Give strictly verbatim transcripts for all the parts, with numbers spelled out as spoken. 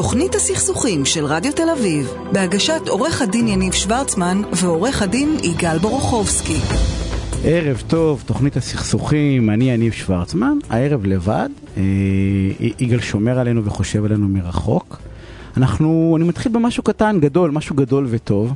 תוכנית הסכסוכים של רדיו תל אביב, בהגשת עורך הדין יניב שוורצמן ועורך הדין יגאל בורוכובסקי. ערב טוב, תוכנית הסכסוכים, אני יניב שוורצמן, הערב לבד, יגאל שומר עלינו וחושב עלינו מרחוק. אנחנו, אני מתחיל במשהו קטן, גדול, משהו גדול וטוב.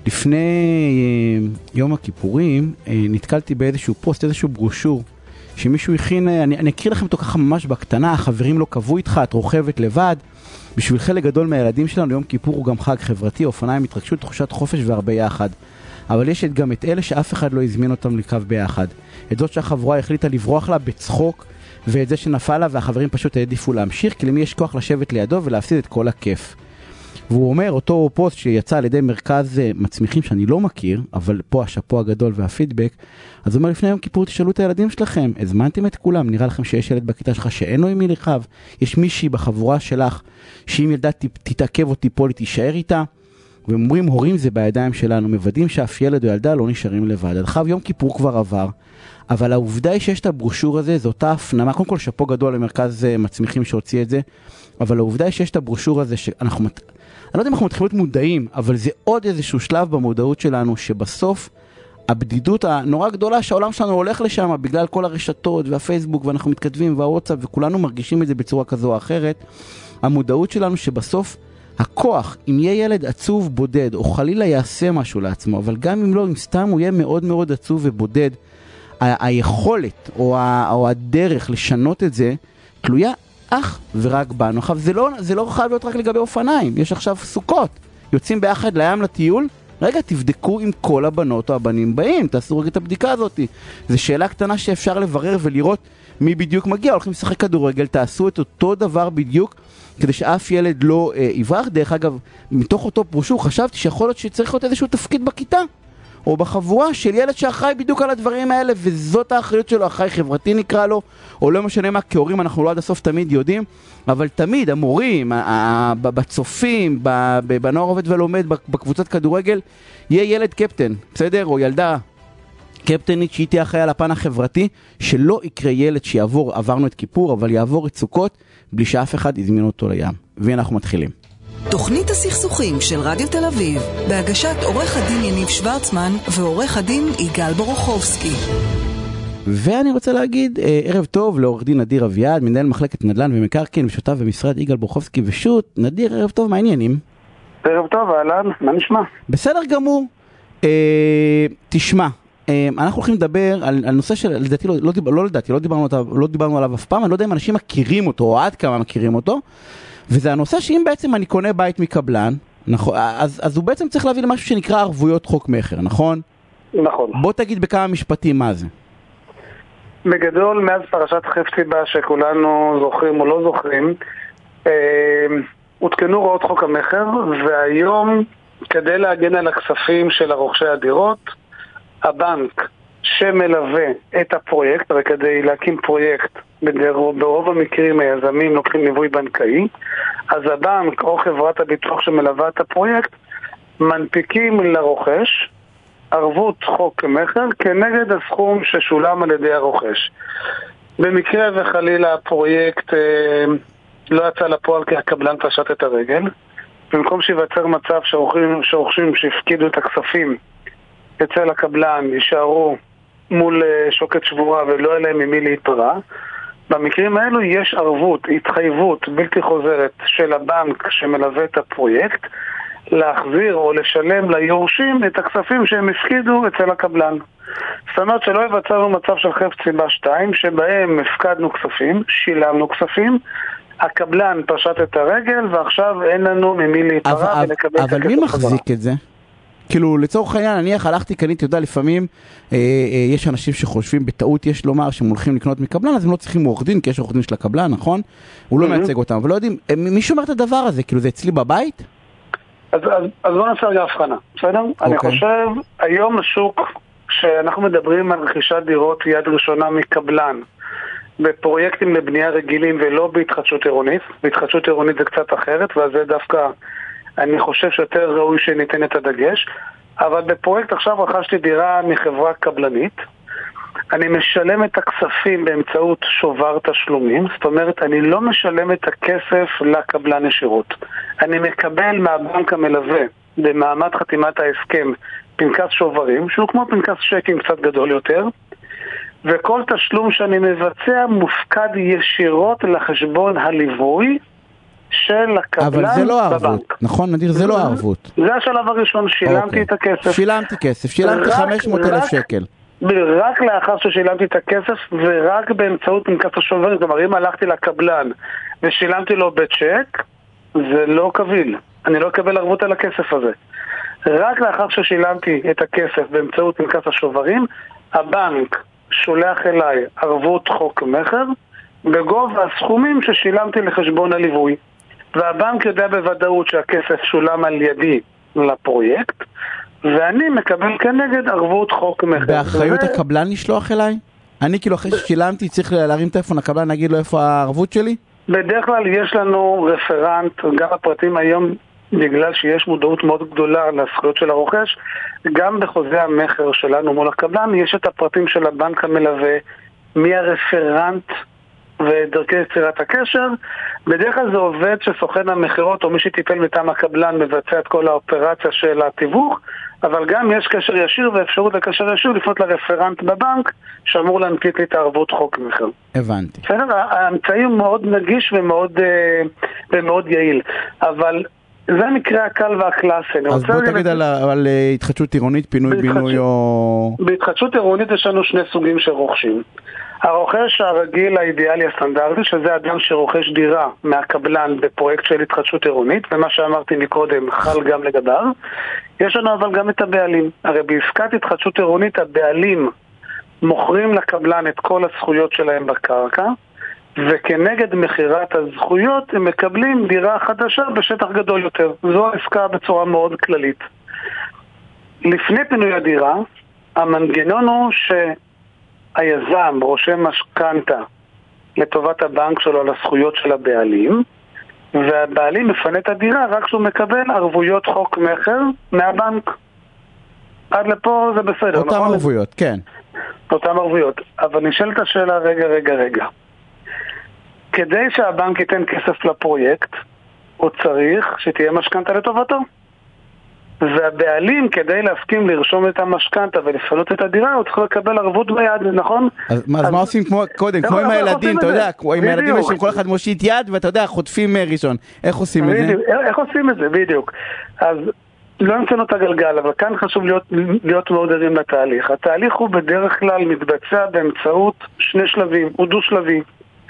לפני יום הכיפורים נתקלתי באיזשהו פוסט, איזשהו ברושור, שמישהו הכין, אני, אני אקריא לכם אותו ככה ממש בקטנה, החברים לא קבעו איתך, את רוכבת לבד. בשביל חלק גדול מהילדים שלנו, יום כיפור הוא גם חג חברתי, אופניים, התרגשות, תחושת חופש והרבה יחד. אבל יש גם את אלה שאף אחד לא הזמין אותם לקרב ביחד. את זאת שהחבורה החליטה לברוח לה בצחוק, ואת זה שנפל לה והחברים פשוט העדיפו להמשיך, כי למי יש כוח לשבת לידו ולהפסיד את כל הכיף. והוא אומר, אותו פוסט שיצא על ידי מרכז מצמיחים שאני לא מכיר, אבל פה השפוע הגדול והפידבק, אז הוא אומר, לפני יום כיפור תשאלו את הילדים שלכם, הזמנתם את כולם, נראה לכם שיש ילד בכיתה שלך שאין לו עם מי לרכב, יש מישהי בחבורה שלך, שאם ילדה תתעכב או תיפול, תישאר איתה, והם אומרים, הורים זה בידיים שלנו, מוודאים שאף ילד או ילדה לא נשארים לבד. עד יום כיפור כבר עבר, אבל העובדה היא שיש את הברושור הזה, זו אותה הפנמה, קודם כל שפו גדול למרכז מצמיחים שהוציא את זה, אבל העובדה היא שיש את הברושור הזה שאנחנו, אני לא יודע אם אנחנו מתחילים להיות מודעים, אבל זה עוד איזשהו שלב במודעות שלנו, שבסוף הבדידות הנורא גדולה שהעולם שלנו הולך לשם, בגלל כל הרשתות והפייסבוק, ואנחנו מתכתבים והוואטסאפ, וכולנו מרגישים את זה בצורה כזו או אחרת, המודעות שלנו שבסוף הכוח, אם יהיה ילד עצוב בודד, או חלילה יעשה משהו לעצמו, אבל גם אם לא, אם סתם הוא יהיה מאוד מאוד עצוב ובודד, ה- היכולת או, ה- או הדרך לשנות את זה, תלויה אך ורק בנו. עכשיו, זה לא, זה לא חייב להיות רק לגבי אופניים, יש עכשיו סוכות, יוצאים ביחד לים לטיול, רגע, תבדקו אם כל הבנות או הבנים באים, תעשו רגע את הבדיקה הזאת. זו שאלה קטנה שאפשר לברר ולראות מי בדיוק מגיע, הולכים לשחק כדורגל, תעשו את אותו דבר בדיוק, כדי שאף ילד לא אה, יברח. דרך אגב, מתוך אותו ברושור חשבתי שיכול להיות שצריך להיות איזשהו תפקיד בכיתה, או בחבורה של ילד שאחראי בדיוק על הדברים האלה, וזאת האחריות שלו, אחראי חברתי נקרא לו, או לא משנה מה, כהורים אנחנו לא עד הסוף תמיד יודעים, אבל תמיד המורים, בצופים, בנוער עובד ולומד, בקבוצת כדורגל, יהיה ילד קפטן, בסדר? או ילדה קפטנית שהיא תהיה אחראי על הפן החברתי, שלא יקרה ילד שיעבור, עברנו את כיפור, אבל יעבור את סוכות, בלי שאף אחד יזמין אותו לים. ואנחנו מתחילים. תוכנית הסכסוכים של רדיו תל אביב, בהגשת עורך הדין יניב שוורצמן ועורך הדין יגאל בורוכובסקי. ואני רוצה להגיד ערב טוב לעורך דין נדיר אביעד, מנהל מחלקת נדל"ן ומקרקעין ושותף במשרד יגאל בורוכובסקי ושות. נדיר, ערב טוב, מה העניינים? ערב טוב, אהלן, מה נשמע? בסדר גמור. אה, תשמע, אה, אנחנו הולכים לדבר על, על נושא של, לדעתי, לא, לא, לא לדעתי, לא דיברנו, לא דיברנו עליו אף פעם, אני לא יודע אם אנשים מכירים אותו או עד כמה מכירים אותו, וזה הנושא שאם בעצם אני קונה בית מקבלן, נכון, אז, אז הוא בעצם צריך להביא למשהו שנקרא ערבויות חוק מחר, נכון? נכון. בוא תגיד בכמה משפטים מה זה. בגדול, מאז פרשת חפציבה שכולנו זוכרים או לא זוכרים, אה, הותקנו הוראות חוק המחר, והיום כדי להגן על הכספים של הרוכשי הדירות, הבנק שמלווה את הפרויקט, הרי כדי להקים פרויקט, ברוב המקרים היזמים לוקחים ליווי בנקאי, אז הבנק או חברת הביטוח שמלווה את הפרויקט מנפיקים לרוכש ערבות חוק מחר כנגד הסכום ששולם על ידי הרוכש. במקרה וחלילה הפרויקט אה, לא יצא לפועל כי הקבלן פשט את הרגל, במקום שיווצר מצב שרוכשים שהפקידו את הכספים אצל הקבלן יישארו מול שוקת שבורה ולא יהיה להם ממי להתפרע, במקרים האלו יש ערבות, התחייבות בלתי חוזרת של הבנק שמלווה את הפרויקט להחזיר או לשלם ליורשים את הכספים שהם הפקידו אצל הקבלן. זאת אומרת שלא יבצענו מצב של חפציבה שתיים שבהם הפקדנו כספים, שילמנו כספים, הקבלן פשט את הרגל ועכשיו אין לנו ממי להתפרע ולקבל את הכסף. אבל מי מחזיק את זה? כאילו לצורך העניין, אני הלכתי, קניתי, יודע, לפעמים אה, אה, יש אנשים שחושבים בטעות, יש לומר שהם הולכים לקנות מקבלן, אז הם לא צריכים עורך דין, כי יש עורך דין של הקבלן, נכון? הוא לא מייצג אותם, אבל לא יודעים, מי שומר את הדבר הזה? כאילו זה אצלי בבית? אז, אז, אז בוא נעשה רגע הבחנה, בסדר? Okay. אני חושב, היום השוק, שאנחנו מדברים על רכישת דירות יד ראשונה מקבלן, בפרויקטים לבנייה רגילים ולא בהתחדשות עירונית, בהתחדשות עירונית זה קצת אחרת, ואז זה דווקא אני חושב שיותר ראוי שניתן את הדגש, אבל בפרויקט עכשיו רכשתי דירה מחברה קבלנית, אני משלם את הכספים באמצעות שובר תשלומים, זאת אומרת, אני לא משלם את הכסף לקבלן ישירות. אני מקבל מהבנק המלווה במעמד חתימת ההסכם פנקס שוברים, שהוא כמו פנקס צ'קים קצת גדול יותר, וכל תשלום שאני מבצע מופקד ישירות לחשבון הליווי של הקבלן בבנק. אבל זה לא הערבות, נכון נדיר? זה לא הערבות. זה השלב הראשון, שילמתי את הכסף. שילמתי כסף, שילמתי חמש מאות אלף שקל. רק לאחר ששילמתי את הכסף ורק באמצעות פנקס השוברים. כלומר, אם הלכתי לקבלן ושילמתי לו בצ'ק, זה לא קביל. אני לא אקבל ערבות על הכסף הזה. רק לאחר ששילמתי את הכסף באמצעות פנקס השוברים, הבנק שולח אליי ערבות חוק מחר בגובה הסכומים ששילמתי לחשבון הליווי. והבנק יודע בוודאות שהכסף שולם על ידי לפרויקט, ואני מקבל כנגד ערבות חוק מחר. באחריות הקבלן לשלוח אליי? אני כאילו אחרי ששילמתי צריך להרים טלפון לקבלן, נגיד לו איפה הערבות שלי? בדרך כלל יש לנו רפרנט, גם הפרטים היום, בגלל שיש מודעות מאוד גדולה לזכויות של הרוכש, גם בחוזה המחר שלנו מול הקבלן יש את הפרטים של הבנק המלווה, מי הרפרנט ודרכי יצירת הקשר. בדרך כלל זה עובד שסוכן המחירות או מי שטיפל מטעם הקבלן מבצע את כל האופרציה של התיווך, אבל גם יש קשר ישיר ואפשרות לקשר ישיר לפנות לרפרנט בבנק שאמור להנפיק לי את הערבות חוק מחר. הבנתי. בסדר, האמצעי הוא מאוד נגיש ומאוד, ומאוד יעיל, אבל זה המקרה הקל והקלאסי. אז בוא תגיד על, על התחדשות עירונית, פינוי בהתחדשות, בינוי או... בהתחדשות עירונית יש לנו שני סוגים של רוכשים. הרוכש הרגיל האידיאלי הסטנדרטי, שזה אדם שרוכש דירה מהקבלן בפרויקט של התחדשות עירונית, ומה שאמרתי מקודם חל גם לגביו. יש לנו אבל גם את הבעלים. הרי בעסקת התחדשות עירונית הבעלים מוכרים לקבלן את כל הזכויות שלהם בקרקע, וכנגד מחירת הזכויות הם מקבלים דירה חדשה בשטח גדול יותר. זו העסקה בצורה מאוד כללית. לפני פינוי הדירה, המנגנון הוא שהיזם רושם משכנתה לטובת הבנק שלו על הזכויות של הבעלים, והבעלים מפנה את הדירה רק שהוא מקבל ערבויות חוק מחר מהבנק. עד לפה זה בסדר, אותם נכון? ערבויות, כן. אותם ערבויות. אבל נשאלת השאלה, רגע, רגע, רגע. כדי שהבנק ייתן כסף לפרויקט, הוא צריך שתהיה משכנתה לטובתו. והבעלים, כדי להסכים לרשום את המשכנתה ולפנות את הדירה, הוא צריך לקבל ערבות ביד, נכון? אז מה עושים קודם? כמו עם הילדים, אתה יודע, עם הילדים יש כל אחד מושיט יד, ואתה יודע, חוטפים ראשון. איך עושים את זה? איך עושים את זה, בדיוק. אז לא נמצאנו את הגלגל, אבל כאן חשוב להיות, להיות מאוד ערים לתהליך. התהליך הוא בדרך כלל מתבצע באמצעות שני שלבים, הוא דו שלבי.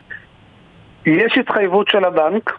יש התחייבות של הבנק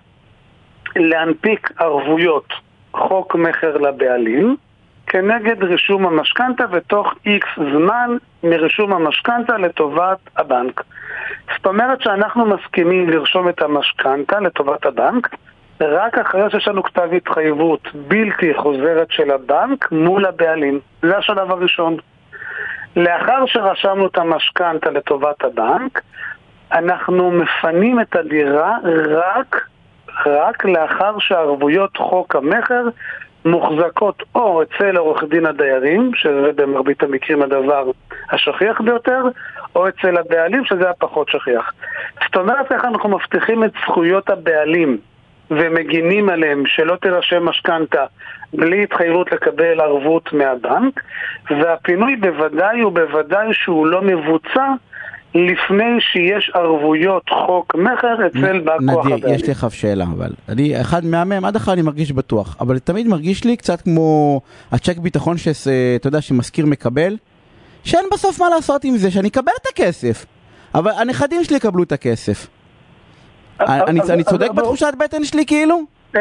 להנפיק ערבויות חוק מחר לבעלים כנגד רישום המשכנתה ותוך איקס זמן מרישום המשכנתה לטובת הבנק. זאת אומרת שאנחנו מסכימים לרשום את המשכנתה לטובת הבנק רק אחרי שיש לנו כתב התחייבות בלתי חוזרת של הבנק מול הבעלים. זה השלב הראשון. לאחר שרשמנו את המשכנתה לטובת הבנק, אנחנו מפנים את הדירה רק, רק לאחר שהערבויות חוק המחר מוחזקות או אצל עורך דין הדיירים, שזה במרבית המקרים הדבר השכיח ביותר, או אצל הבעלים, שזה הפחות שכיח. זאת אומרת, איך אנחנו מבטיחים את זכויות הבעלים ומגינים עליהם שלא תירשם משכנתה בלי התחייבות לקבל ערבות מהבנק, והפינוי בוודאי ובוודאי שהוא לא מבוצע לפני שיש ערבויות חוק מחר אצל בא כוח הבעלים. נדיר, יש לך שאלה, אבל אני אחד מהמם, עד אחר אני מרגיש בטוח, אבל תמיד מרגיש לי קצת כמו הצ'ק ביטחון שאתה יודע שמזכיר מקבל, שאין בסוף מה לעשות עם זה, שאני אקבל את הכסף, אבל הנכדים שלי יקבלו את הכסף. אני צודק בתחושת בטן שלי כאילו?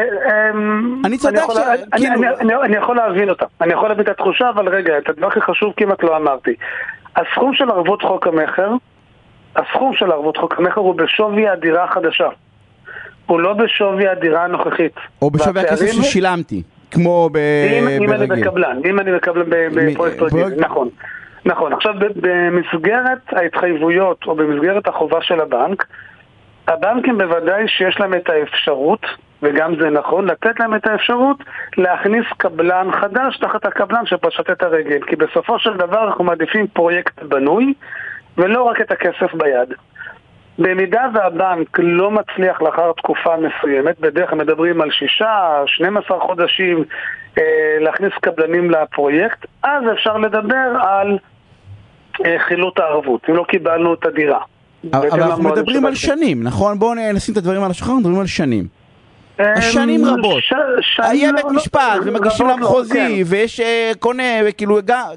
אני צודק ש... אני יכול להבין אותה, אני יכול להבין את התחושה, אבל רגע, את הדבר הכי חשוב כמעט לא אמרתי. הסכום של ערבות חוק המחר, הסכום של ערבות חוק המחר הוא בשווי הדירה החדשה. הוא לא בשווי הדירה הנוכחית. או בשווי הכסף ששילמתי, כמו ברגיל. אם אני מקבלן, אם אני מקבלן בפרויקט רגיל, נכון. נכון, עכשיו במסגרת ההתחייבויות או במסגרת החובה של הבנק, הבנקים בוודאי שיש להם את האפשרות, וגם זה נכון, לתת להם את האפשרות להכניס קבלן חדש תחת הקבלן שפשט את הרגל. כי בסופו של דבר אנחנו מעדיפים פרויקט בנוי ולא רק את הכסף ביד. במידה והבנק לא מצליח לאחר תקופה מסוימת, בדרך כלל מדברים על שישה, שנים עשר חודשים אה, להכניס קבלנים לפרויקט, אז אפשר לדבר על אה, חילוט הערבות, אם לא קיבלנו את הדירה. אבל אנחנו מדברים על שנים, נכון? בואו נשים את הדברים על השולחן, מדברים על שנים. שנים רבות. היה בית משפט, ומגישים למחוזי, ויש קונה, וכאילו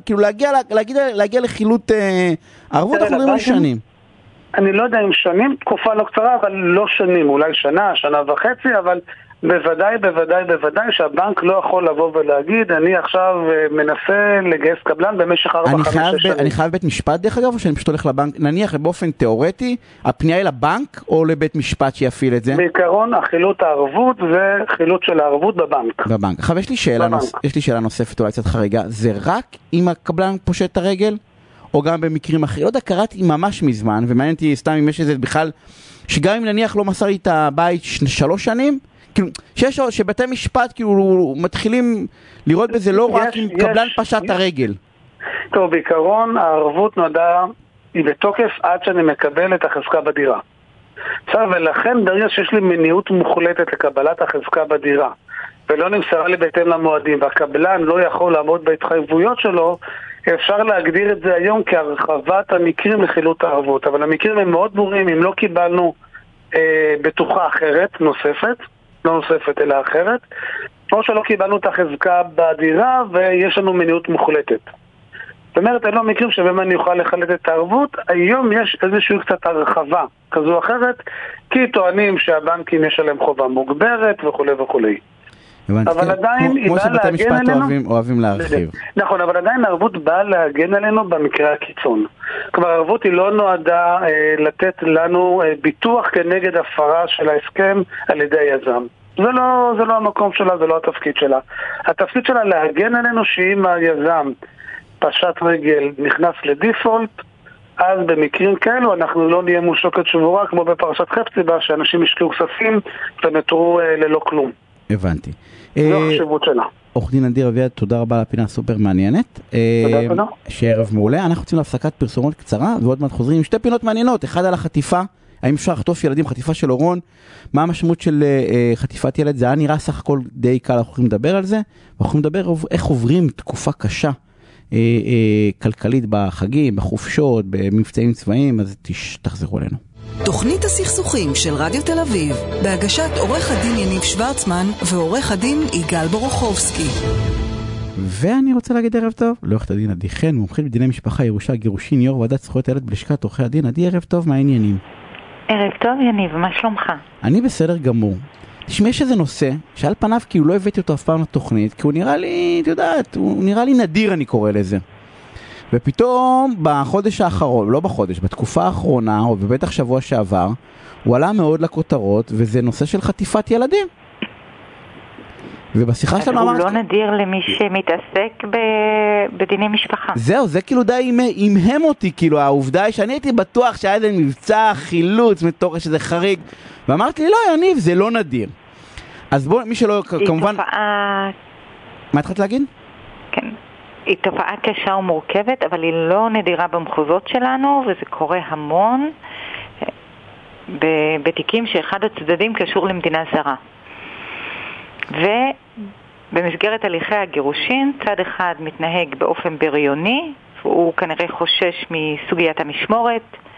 להגיע לחילוט ערבות, אנחנו מדברים על שנים. אני לא יודע אם שנים, תקופה לא קצרה, אבל לא שנים, אולי שנה, שנה וחצי, אבל בוודאי, בוודאי, בוודאי שהבנק לא יכול לבוא ולהגיד, אני עכשיו מנסה לגייס קבלן במשך ארבע חמש שנים. אני חייב בית משפט דרך אגב, או שאני פשוט הולך לבנק, נניח באופן תיאורטי, הפנייה היא לבנק או לבית משפט שיפעיל את זה? בעיקרון, החילוט הערבות זה חילוט של הערבות בבנק. בבנק. עכשיו יש לי שאלה, נוס... יש לי שאלה נוספת, אולי קצת חריגה, זה רק אם הקבלן פושט את הרגל? או גם במקרים אחרים? לא יודע, קראתי ממש מזמן, ומעניין אותי סתם אם יש איזה בכלל, שגם אם נניח לא מסר לי את הבית שלוש שנים, כאילו, שיש שבתי משפט כאילו מתחילים לראות בזה לא יש, רק אם יש, קבלן פשט יש. הרגל. טוב, בעיקרון הערבות נועדה, היא בתוקף עד שאני מקבל את החזקה בדירה. עכשיו, ולכן ברגע שיש לי מניעות מוחלטת לקבלת החזקה בדירה, ולא נמסרה לי בהתאם למועדים, והקבלן לא יכול לעמוד בהתחייבויות שלו, אפשר להגדיר את זה היום כהרחבת המקרים לחילוט הערבות. אבל המקרים הם מאוד ברורים, אם לא קיבלנו אה, בטוחה אחרת, נוספת, לא נוספת אלא אחרת, או שלא קיבלנו את החזקה בדירה ויש לנו מניעות מוחלטת. זאת אומרת, אלו המקרים שבהם אני אוכל לחלט את הערבות, היום יש איזושהי קצת הרחבה כזו או אחרת, כי טוענים שהבנקים יש עליהם חובה מוגברת וכו' וכו'. אבל עדיין היא באה להגן עלינו. אוהבים להרחיב. נכון, אבל עדיין הערבות באה להגן עלינו במקרה הקיצון. כלומר, הערבות היא לא נועדה לתת לנו ביטוח כנגד הפרה של ההסכם על ידי היזם. זה לא, זה לא המקום שלה, זה לא התפקיד שלה. התפקיד שלה להגן עלינו שאם היזם פשט רגל נכנס לדיפולט, אז במקרים כאלו אנחנו לא נהיה מול שוקת שבורה, כמו בפרשת חפציבה, שאנשים השקיעו כספים ונותרו ללא כלום. הבנתי. זו החשיבות שלה. עורך דין אדיר אביעד, תודה רבה על הפינה סופר מעניינת. תודה, תודה. שערב מעולה. אנחנו רוצים להפסקת פרסומות קצרה, ועוד מעט חוזרים עם שתי פינות מעניינות. אחד על החטיפה, האם אפשר לחטוף ילדים, חטיפה של אורון, מה המשמעות של חטיפת ילד, זה היה נראה סך הכל די קל, אנחנו יכולים לדבר על זה, ואנחנו יכולים לדבר איך עוברים תקופה קשה, כלכלית בחגים, בחופשות, במבצעים צבאיים, אז תחזרו אלינו. תוכנית הסכסוכים של רדיו תל אביב, בהגשת עורך הדין יניב שוורצמן ועורך הדין יגאל בורוכובסקי. ואני רוצה להגיד ערב טוב לעורכת הדין עדי חן, מומחית בדיני משפחה, ירושה, גירושין, יו"ר ועדת זכויות הילד בלשכת עורכי הדין. עדי, ערב טוב, מה העניינים? ערב טוב יניב, מה שלומך? אני בסדר גמור. תשמע, יש איזה נושא שעל פניו כאילו לא הבאתי אותו אף פעם לתוכנית, כי הוא נראה לי, אתה יודעת, הוא נראה לי נדיר, אני קורא לזה. ופתאום בחודש האחרון, לא בחודש, בתקופה האחרונה, או בבטח שבוע שעבר, הוא עלה מאוד לכותרות, וזה נושא של חטיפת ילדים. ובשיחה שלנו אמרת... הוא לא נדיר למי שמתעסק ב... בדיני משפחה. זהו, זה כאילו די אימהם אותי, כאילו העובדה היא שאני הייתי בטוח שהיה איזה מבצע, חילוץ, מתוך שזה חריג, ואמרתי לי, לא, יניב, זה לא נדיר. אז בוא, מי שלא, כמובן... תופעה... מה התחלת להגיד? כן. היא תופעה קשה ומורכבת, אבל היא לא נדירה במחוזות שלנו, וזה קורה המון בתיקים שאחד הצדדים קשור למדינה זרה. ובמסגרת הליכי הגירושין, צד אחד מתנהג באופן בריוני, והוא כנראה חושש מסוגיית המשמורת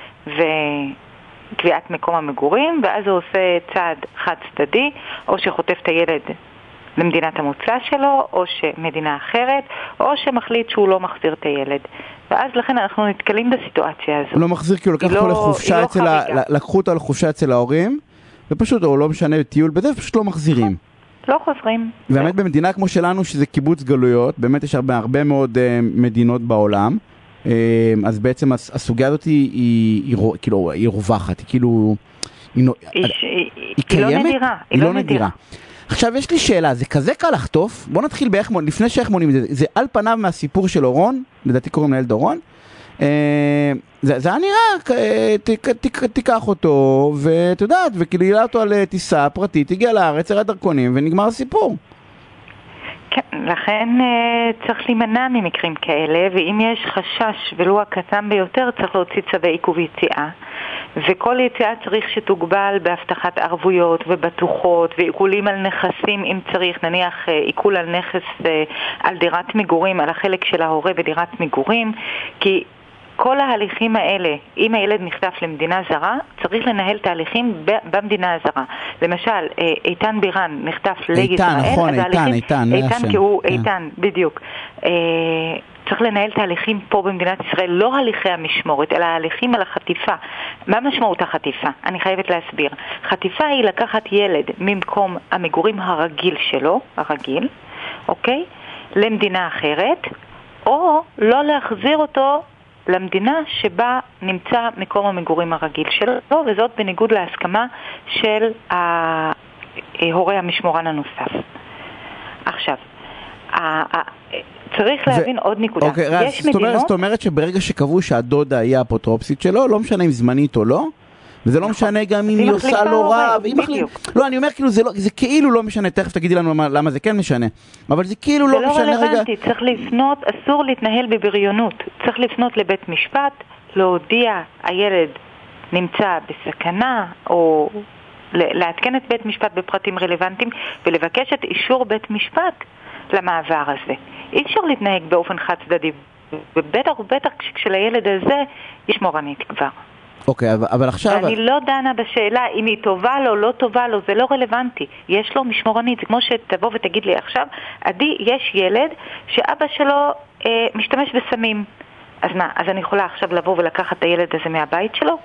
וקביעת מקום המגורים, ואז הוא עושה צעד חד צדדי, או שחוטף את הילד למדינת המוצא שלו, או שמדינה אחרת, או שמחליט שהוא לא מחזיר את הילד. ואז לכן אנחנו נתקלים בסיטואציה הזו. הוא לא מחזיר, כי הוא לקח אותו לחופשה אצל ה... לקחו אותו לחופשה אצל ההורים, ופשוט, או לא משנה טיול בזה, ופשוט לא מחזירים. לא חוזרים. באמת במדינה כמו שלנו, שזה קיבוץ גלויות, באמת יש הרבה, הרבה מאוד uh, מדינות בעולם, uh, אז בעצם הסוגיה הזאת היא, היא, היא, כאילו, היא רווחת, היא כאילו... היא, היא, היא, היא קיימת? היא לא נדירה. היא לא נדירה. עכשיו יש לי שאלה, זה כזה קל לחטוף? בוא נתחיל באיך, לפני שאיך מונים את זה, זה על פניו מהסיפור של אורון, לדעתי קוראים לילד אורון, אה, זה, זה היה נראה, תיק, תיק, תיקח אותו, ואתה יודעת, וכאילו העלה אותו על טיסה פרטית, הגיע לארץ, הראה דרכונים, ונגמר הסיפור. כן, לכן uh, צריך להימנע ממקרים כאלה, ואם יש חשש ולו הקטן ביותר, צריך להוציא צווי עיכוב יציאה. וכל יציאה צריך שתוגבל בהבטחת ערבויות ובטוחות ועיקולים על נכסים אם צריך, נניח עיקול על נכס, על דירת מגורים, על החלק של ההורה בדירת מגורים, כי כל ההליכים האלה, אם הילד נחטף למדינה זרה, צריך לנהל תהליכים במדינה הזרה. למשל, איתן בירן נחטף לישראל. איתן, נכון, איתן, איתן. איתן, כי הוא איתן, בדיוק. צריך לנהל תהליכים פה במדינת ישראל, לא הליכי המשמורת, אלא הליכים על החטיפה. מה משמעות החטיפה? אני חייבת להסביר. חטיפה היא לקחת ילד ממקום המגורים הרגיל שלו, הרגיל, אוקיי? למדינה אחרת, או לא להחזיר אותו למדינה שבה נמצא מקום המגורים הרגיל שלו, וזאת בניגוד להסכמה של ההורה המשמורן הנוסף. עכשיו, צריך להבין עוד נקודה. אוקיי, רז, זאת אומרת שברגע שקבעו שהדודה היא האפוטרופסית שלו, לא משנה אם זמנית או לא, וזה לא משנה גם אם היא עושה לו רע, לא, אני אומר כאילו זה כאילו לא משנה, תכף תגידי לנו למה זה כן משנה, אבל זה כאילו לא משנה. זה לא רלוונטי, צריך לפנות, אסור להתנהל בבריונות, צריך לפנות לבית משפט, להודיע הילד נמצא בסכנה, או להתקן את בית משפט בפרטים רלוונטיים, ולבקש את אישור בית משפט למעבר הזה. אי אפשר להתנהג באופן חד צדדי, ובטח ובטח כשלילד הזה יש מורנית כבר. אוקיי, אבל, אבל עכשיו... ואני לא דנה בשאלה אם היא טובה לו או לא טובה לו, זה לא רלוונטי. יש לו משמורנית, זה כמו שתבוא ותגיד לי עכשיו, עדי, יש ילד שאבא שלו אה, משתמש בסמים. אז מה, אז אני יכולה עכשיו לבוא ולקחת את הילד הזה מהבית שלו?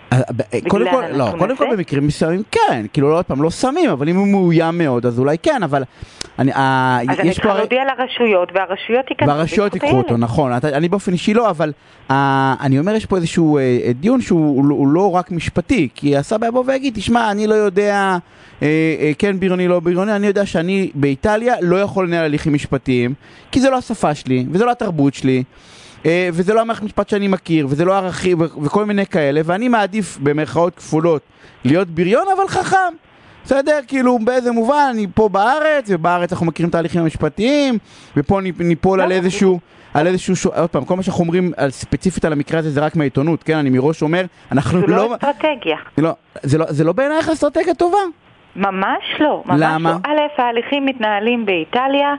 קודם כל, לא, קודם כל במקרים מסוימים כן, כאילו לא עוד פעם לא שמים, אבל אם הוא מאוים מאוד אז אולי כן, אבל אני, אז אני צריכה להודיע לרשויות, והרשויות יקחו והרשויות יקחו אותו, נכון, אני באופן אישי לא, אבל אני אומר יש פה איזשהו דיון שהוא לא רק משפטי, כי הסבא יבוא ויגיד, תשמע, אני לא יודע כן בירוני, לא בירוני, אני יודע שאני באיטליה לא יכול לנהל הליכים משפטיים, כי זה לא השפה שלי, וזה לא התרבות שלי, וזה לא המערכת משפט שאני מכיר, וזה לא ערכים וכל מיני כאלה, ואני מעדיף במרכאות כפולות להיות בריון אבל חכם. בסדר? כאילו באיזה מובן, אני פה בארץ, ובארץ אנחנו מכירים תהליכים המשפטיים, ופה ניפול על איזשהו, על איזשהו, עוד פעם, כל מה שאנחנו אומרים ספציפית על המקרה הזה זה רק מהעיתונות, כן? אני מראש אומר, אנחנו לא... זה לא אסטרטגיה. זה לא בעינייך אסטרטגיה טובה? ממש לא. למה? א', ההליכים מתנהלים באיטליה,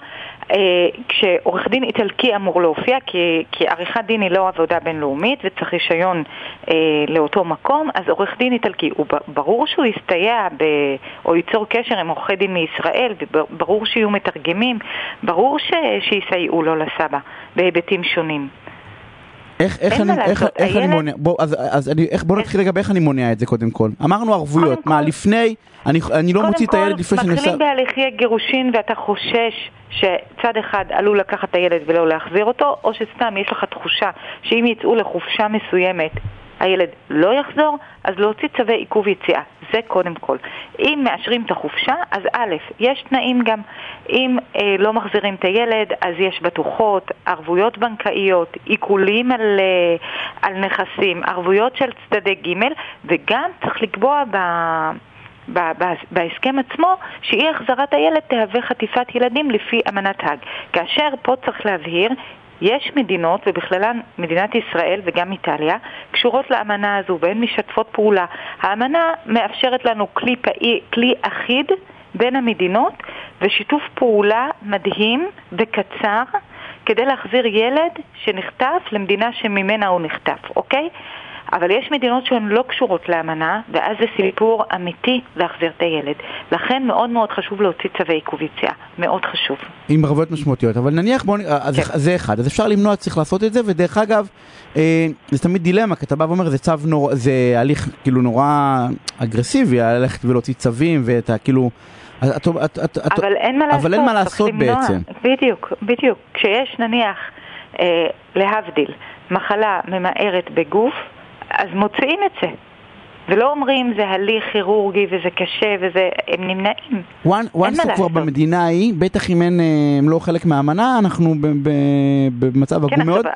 כשעורך דין איטלקי אמור להופיע, כי, כי עריכת דין היא לא עבודה בינלאומית וצריך רישיון אה, לאותו מקום, אז עורך דין איטלקי, הוא ברור שהוא יסתייע ב, או ייצור קשר עם עורכי דין מישראל, וברור שיהיו מתרגמים, ברור ש, שיסייעו לו לסבא בהיבטים שונים. איך, איך אני, איך, איך אני מונע, בוא, אז, אז אני, איך, בוא נתחיל לגבי איך אני מונע את זה קודם כל. אמרנו ערבויות, מה, לפני, אני, אני לא מוציא את הילד לפני שאני עושה... מתחילים בהליכי גירושין ואתה חושש שצד אחד עלול לקחת את הילד ולא להחזיר אותו, או שסתם יש לך תחושה שאם יצאו לחופשה מסוימת, הילד לא יחזור, אז להוציא צווי עיכוב יציאה. זה קודם כל. אם מאשרים את החופשה, אז א', יש תנאים גם. אם אה, לא מחזירים את הילד, אז יש בטוחות, ערבויות בנקאיות, עיקולים על, אה, על נכסים, ערבויות של צדדי ג', וגם צריך לקבוע ב... בהסכם עצמו שאי החזרת הילד תהווה חטיפת ילדים לפי אמנת האג. כאשר פה צריך להבהיר, יש מדינות, ובכללן מדינת ישראל וגם איטליה, קשורות לאמנה הזו והן משתפות פעולה. האמנה מאפשרת לנו כלי, פאי, כלי אחיד בין המדינות ושיתוף פעולה מדהים וקצר כדי להחזיר ילד שנחטף למדינה שממנה הוא נחטף, אוקיי? אבל יש מדינות שהן לא קשורות לאמנה, ואז זה סיפור אמיתי להחזיר את הילד. לכן מאוד מאוד חשוב להוציא צווי עיכוב יציאה. מאוד חשוב. עם ערבויות משמעותיות. אבל נניח, בוא, אז כן. זה אחד. אז אפשר למנוע, צריך לעשות את זה, ודרך אגב, אה, זה תמיד דילמה, כי אתה בא ואומר, זה צו נורא, זה הליך כאילו נורא אגרסיבי, ללכת ולהוציא צווים, ואתה כאילו... את, את, את, אבל אין מה לעשות. אבל אין מה לעשות בעצם. בדיוק, בדיוק. כשיש נניח, אה, להבדיל, מחלה ממארת בגוף, אז מוצאים את זה. ולא אומרים זה הליך כירורגי וזה קשה וזה, הם נמנעים. once כבר במדינה היא, בטח אם הם לא חלק מהאמנה, אנחנו במצב עגום מאוד.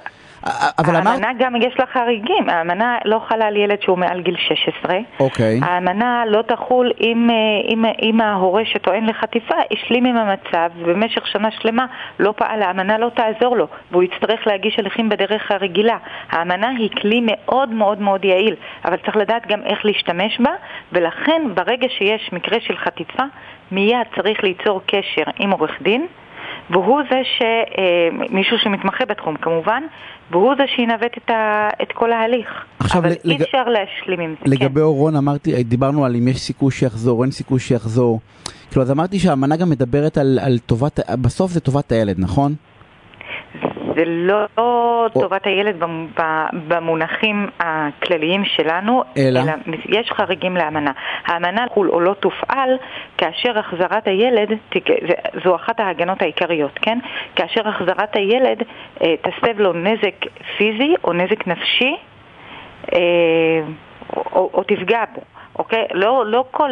אבל אמרת... האמנה גם יש לה חריגים. האמנה לא חלה על ילד שהוא מעל גיל שש עשרה. אוקיי. האמנה לא תחול אם, אם, אם ההורה שטוען לחטיפה השלים עם המצב ובמשך שנה שלמה לא פעל. האמנה לא תעזור לו והוא יצטרך להגיש הליכים בדרך הרגילה. האמנה היא כלי מאוד מאוד מאוד יעיל, אבל צריך לדעת גם איך להשתמש בה, ולכן ברגע שיש מקרה של חטיפה מיד צריך ליצור קשר עם עורך דין, והוא זה שמישהו שמתמחה בתחום כמובן, והוא זה שינווט את, ה, את כל ההליך. אבל לג... אי אפשר להשלים עם זה. לגבי כן. אורון אמרתי, דיברנו על אם יש סיכוי שיחזור, אין סיכוי שיחזור. כאילו, אז אמרתי שהאמנה גם מדברת על, על טובת, בסוף זה טובת הילד, נכון? זה לא או... טובת הילד במונחים הכלליים שלנו, אלא? אלא יש חריגים לאמנה. האמנה חול או לא תופעל כאשר החזרת הילד, זו אחת ההגנות העיקריות, כן? כאשר החזרת הילד תסב לו נזק פיזי או נזק נפשי, או, או, או תפגע בו, אוקיי? לא, לא כל...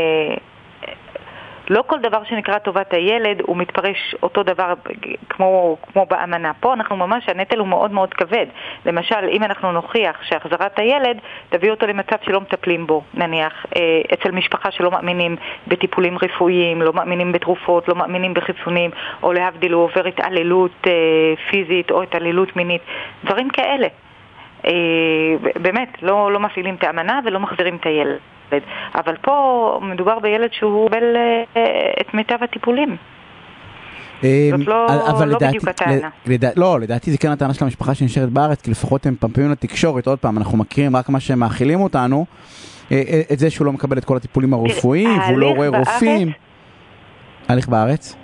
לא כל דבר שנקרא טובת הילד הוא מתפרש אותו דבר כמו, כמו באמנה. פה אנחנו ממש, הנטל הוא מאוד מאוד כבד. למשל, אם אנחנו נוכיח שהחזרת הילד תביא אותו למצב שלא מטפלים בו, נניח, אצל משפחה שלא מאמינים בטיפולים רפואיים, לא מאמינים בתרופות, לא מאמינים בחיסונים, או להבדיל הוא עובר התעללות פיזית או התעללות מינית, דברים כאלה. באמת, לא, לא מפעילים את האמנה ולא מחזירים את הילד. אבל פה מדובר בילד שהוא בל את מיטב הטיפולים. זאת לא, לא בדיוק הטענה. לא, לדעתי זה כן הטענה של המשפחה שנשארת בארץ, כי לפחות הם פעמים לתקשורת, עוד פעם, אנחנו מכירים רק מה שהם מאכילים אותנו, את זה שהוא לא מקבל את כל הטיפולים הרפואיים, והוא לא רואה רופאים. הליך בארץ?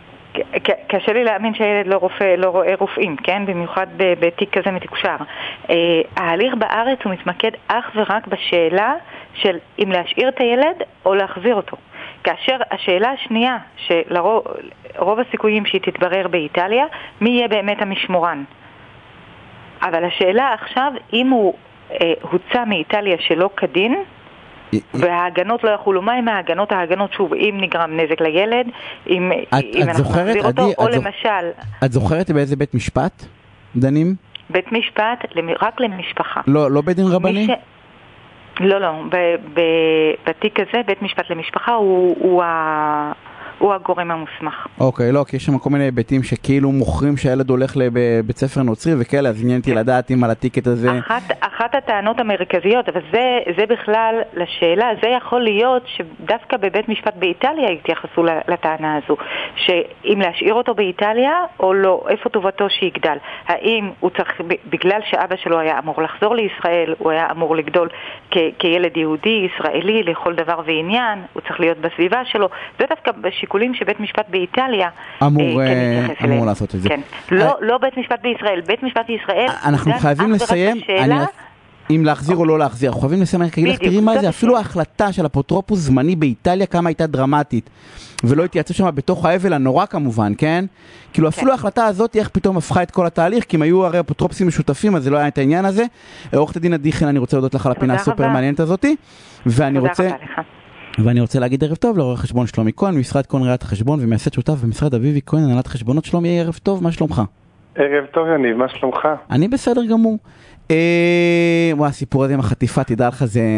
קשה לי להאמין שהילד לא, רופא, לא רואה רופאים, כן? במיוחד בתיק כזה מתקשר. ההליך בארץ הוא מתמקד אך ורק בשאלה של אם להשאיר את הילד או להחזיר אותו. כאשר השאלה השנייה, שלרוב הסיכויים שהיא תתברר באיטליה, מי יהיה באמת המשמורן. אבל השאלה עכשיו, אם הוא אה, הוצא מאיטליה שלא כדין, וההגנות לא יחולו, מה עם ההגנות? ההגנות שוב, אם נגרם נזק לילד, אם, את, אם את אנחנו זוכרת, נחזיר אותו, עדי, או את למשל... את זוכרת באיזה בית משפט דנים? בית משפט רק למשפחה. לא, לא בית דין רבני? ש... לא, לא. ב- ב- בתיק הזה, בית משפט למשפחה הוא, הוא, ה... הוא הגורם המוסמך. אוקיי, לא, כי יש שם כל מיני היבטים שכאילו מוכרים שהילד הולך לבית ספר נוצרי וכאלה, אז עניינתי לדעת אם על הטיקט הזה... אחת, אחת הטענות המרכזיות, אבל זה, זה בכלל לשאלה, זה יכול להיות שדווקא בבית משפט באיטליה התייחסו לטענה הזו, שאם להשאיר אותו באיטליה או לא, איפה טובתו שיגדל? האם הוא צריך, בגלל שאבא שלו היה אמור לחזור לישראל, הוא היה אמור לגדול כ, כילד יהודי, ישראלי, לכל דבר ועניין, הוא צריך להיות בסביבה שלו, זה דווקא שיקולים שבית משפט באיטליה אמור, אה, כן, אמור לעשות את זה. כן. לא, אה, לא בית משפט בישראל, בית משפט בישראל... אנחנו חייבים לסיים, אני, אם להחזיר או לא להחזיר, אנחנו חייבים לסיים, אני אגיד לך, תראי מה זה, אפילו ההחלטה של אפוטרופוס זמני באיטליה כמה הייתה דרמטית, ולא התייעצו שם בתוך האבל הנורא כמובן, כן? כאילו אפילו ההחלטה הזאת, איך פתאום הפכה את כל התהליך, כי אם היו הרי אפוטרופוסים משותפים, אז זה לא היה את העניין הזה. עורכת הדין עדי חן, אני רוצה להודות לך על הפינה הסופר מעניינת הזאת, ואני רוצה... ואני רוצה להגיד ערב טוב לעורך חשבון שלומי כהן, ממשרד כהן ראיית החשבון ומייסד שותף במשרד אביבי כהן, הנהלת חשבונות. שלומי, ערב טוב, מה שלומך? ערב טוב יניב, מה שלומך? אני בסדר גמור. וואי, הסיפור הזה עם החטיפה, תדע לך, זה...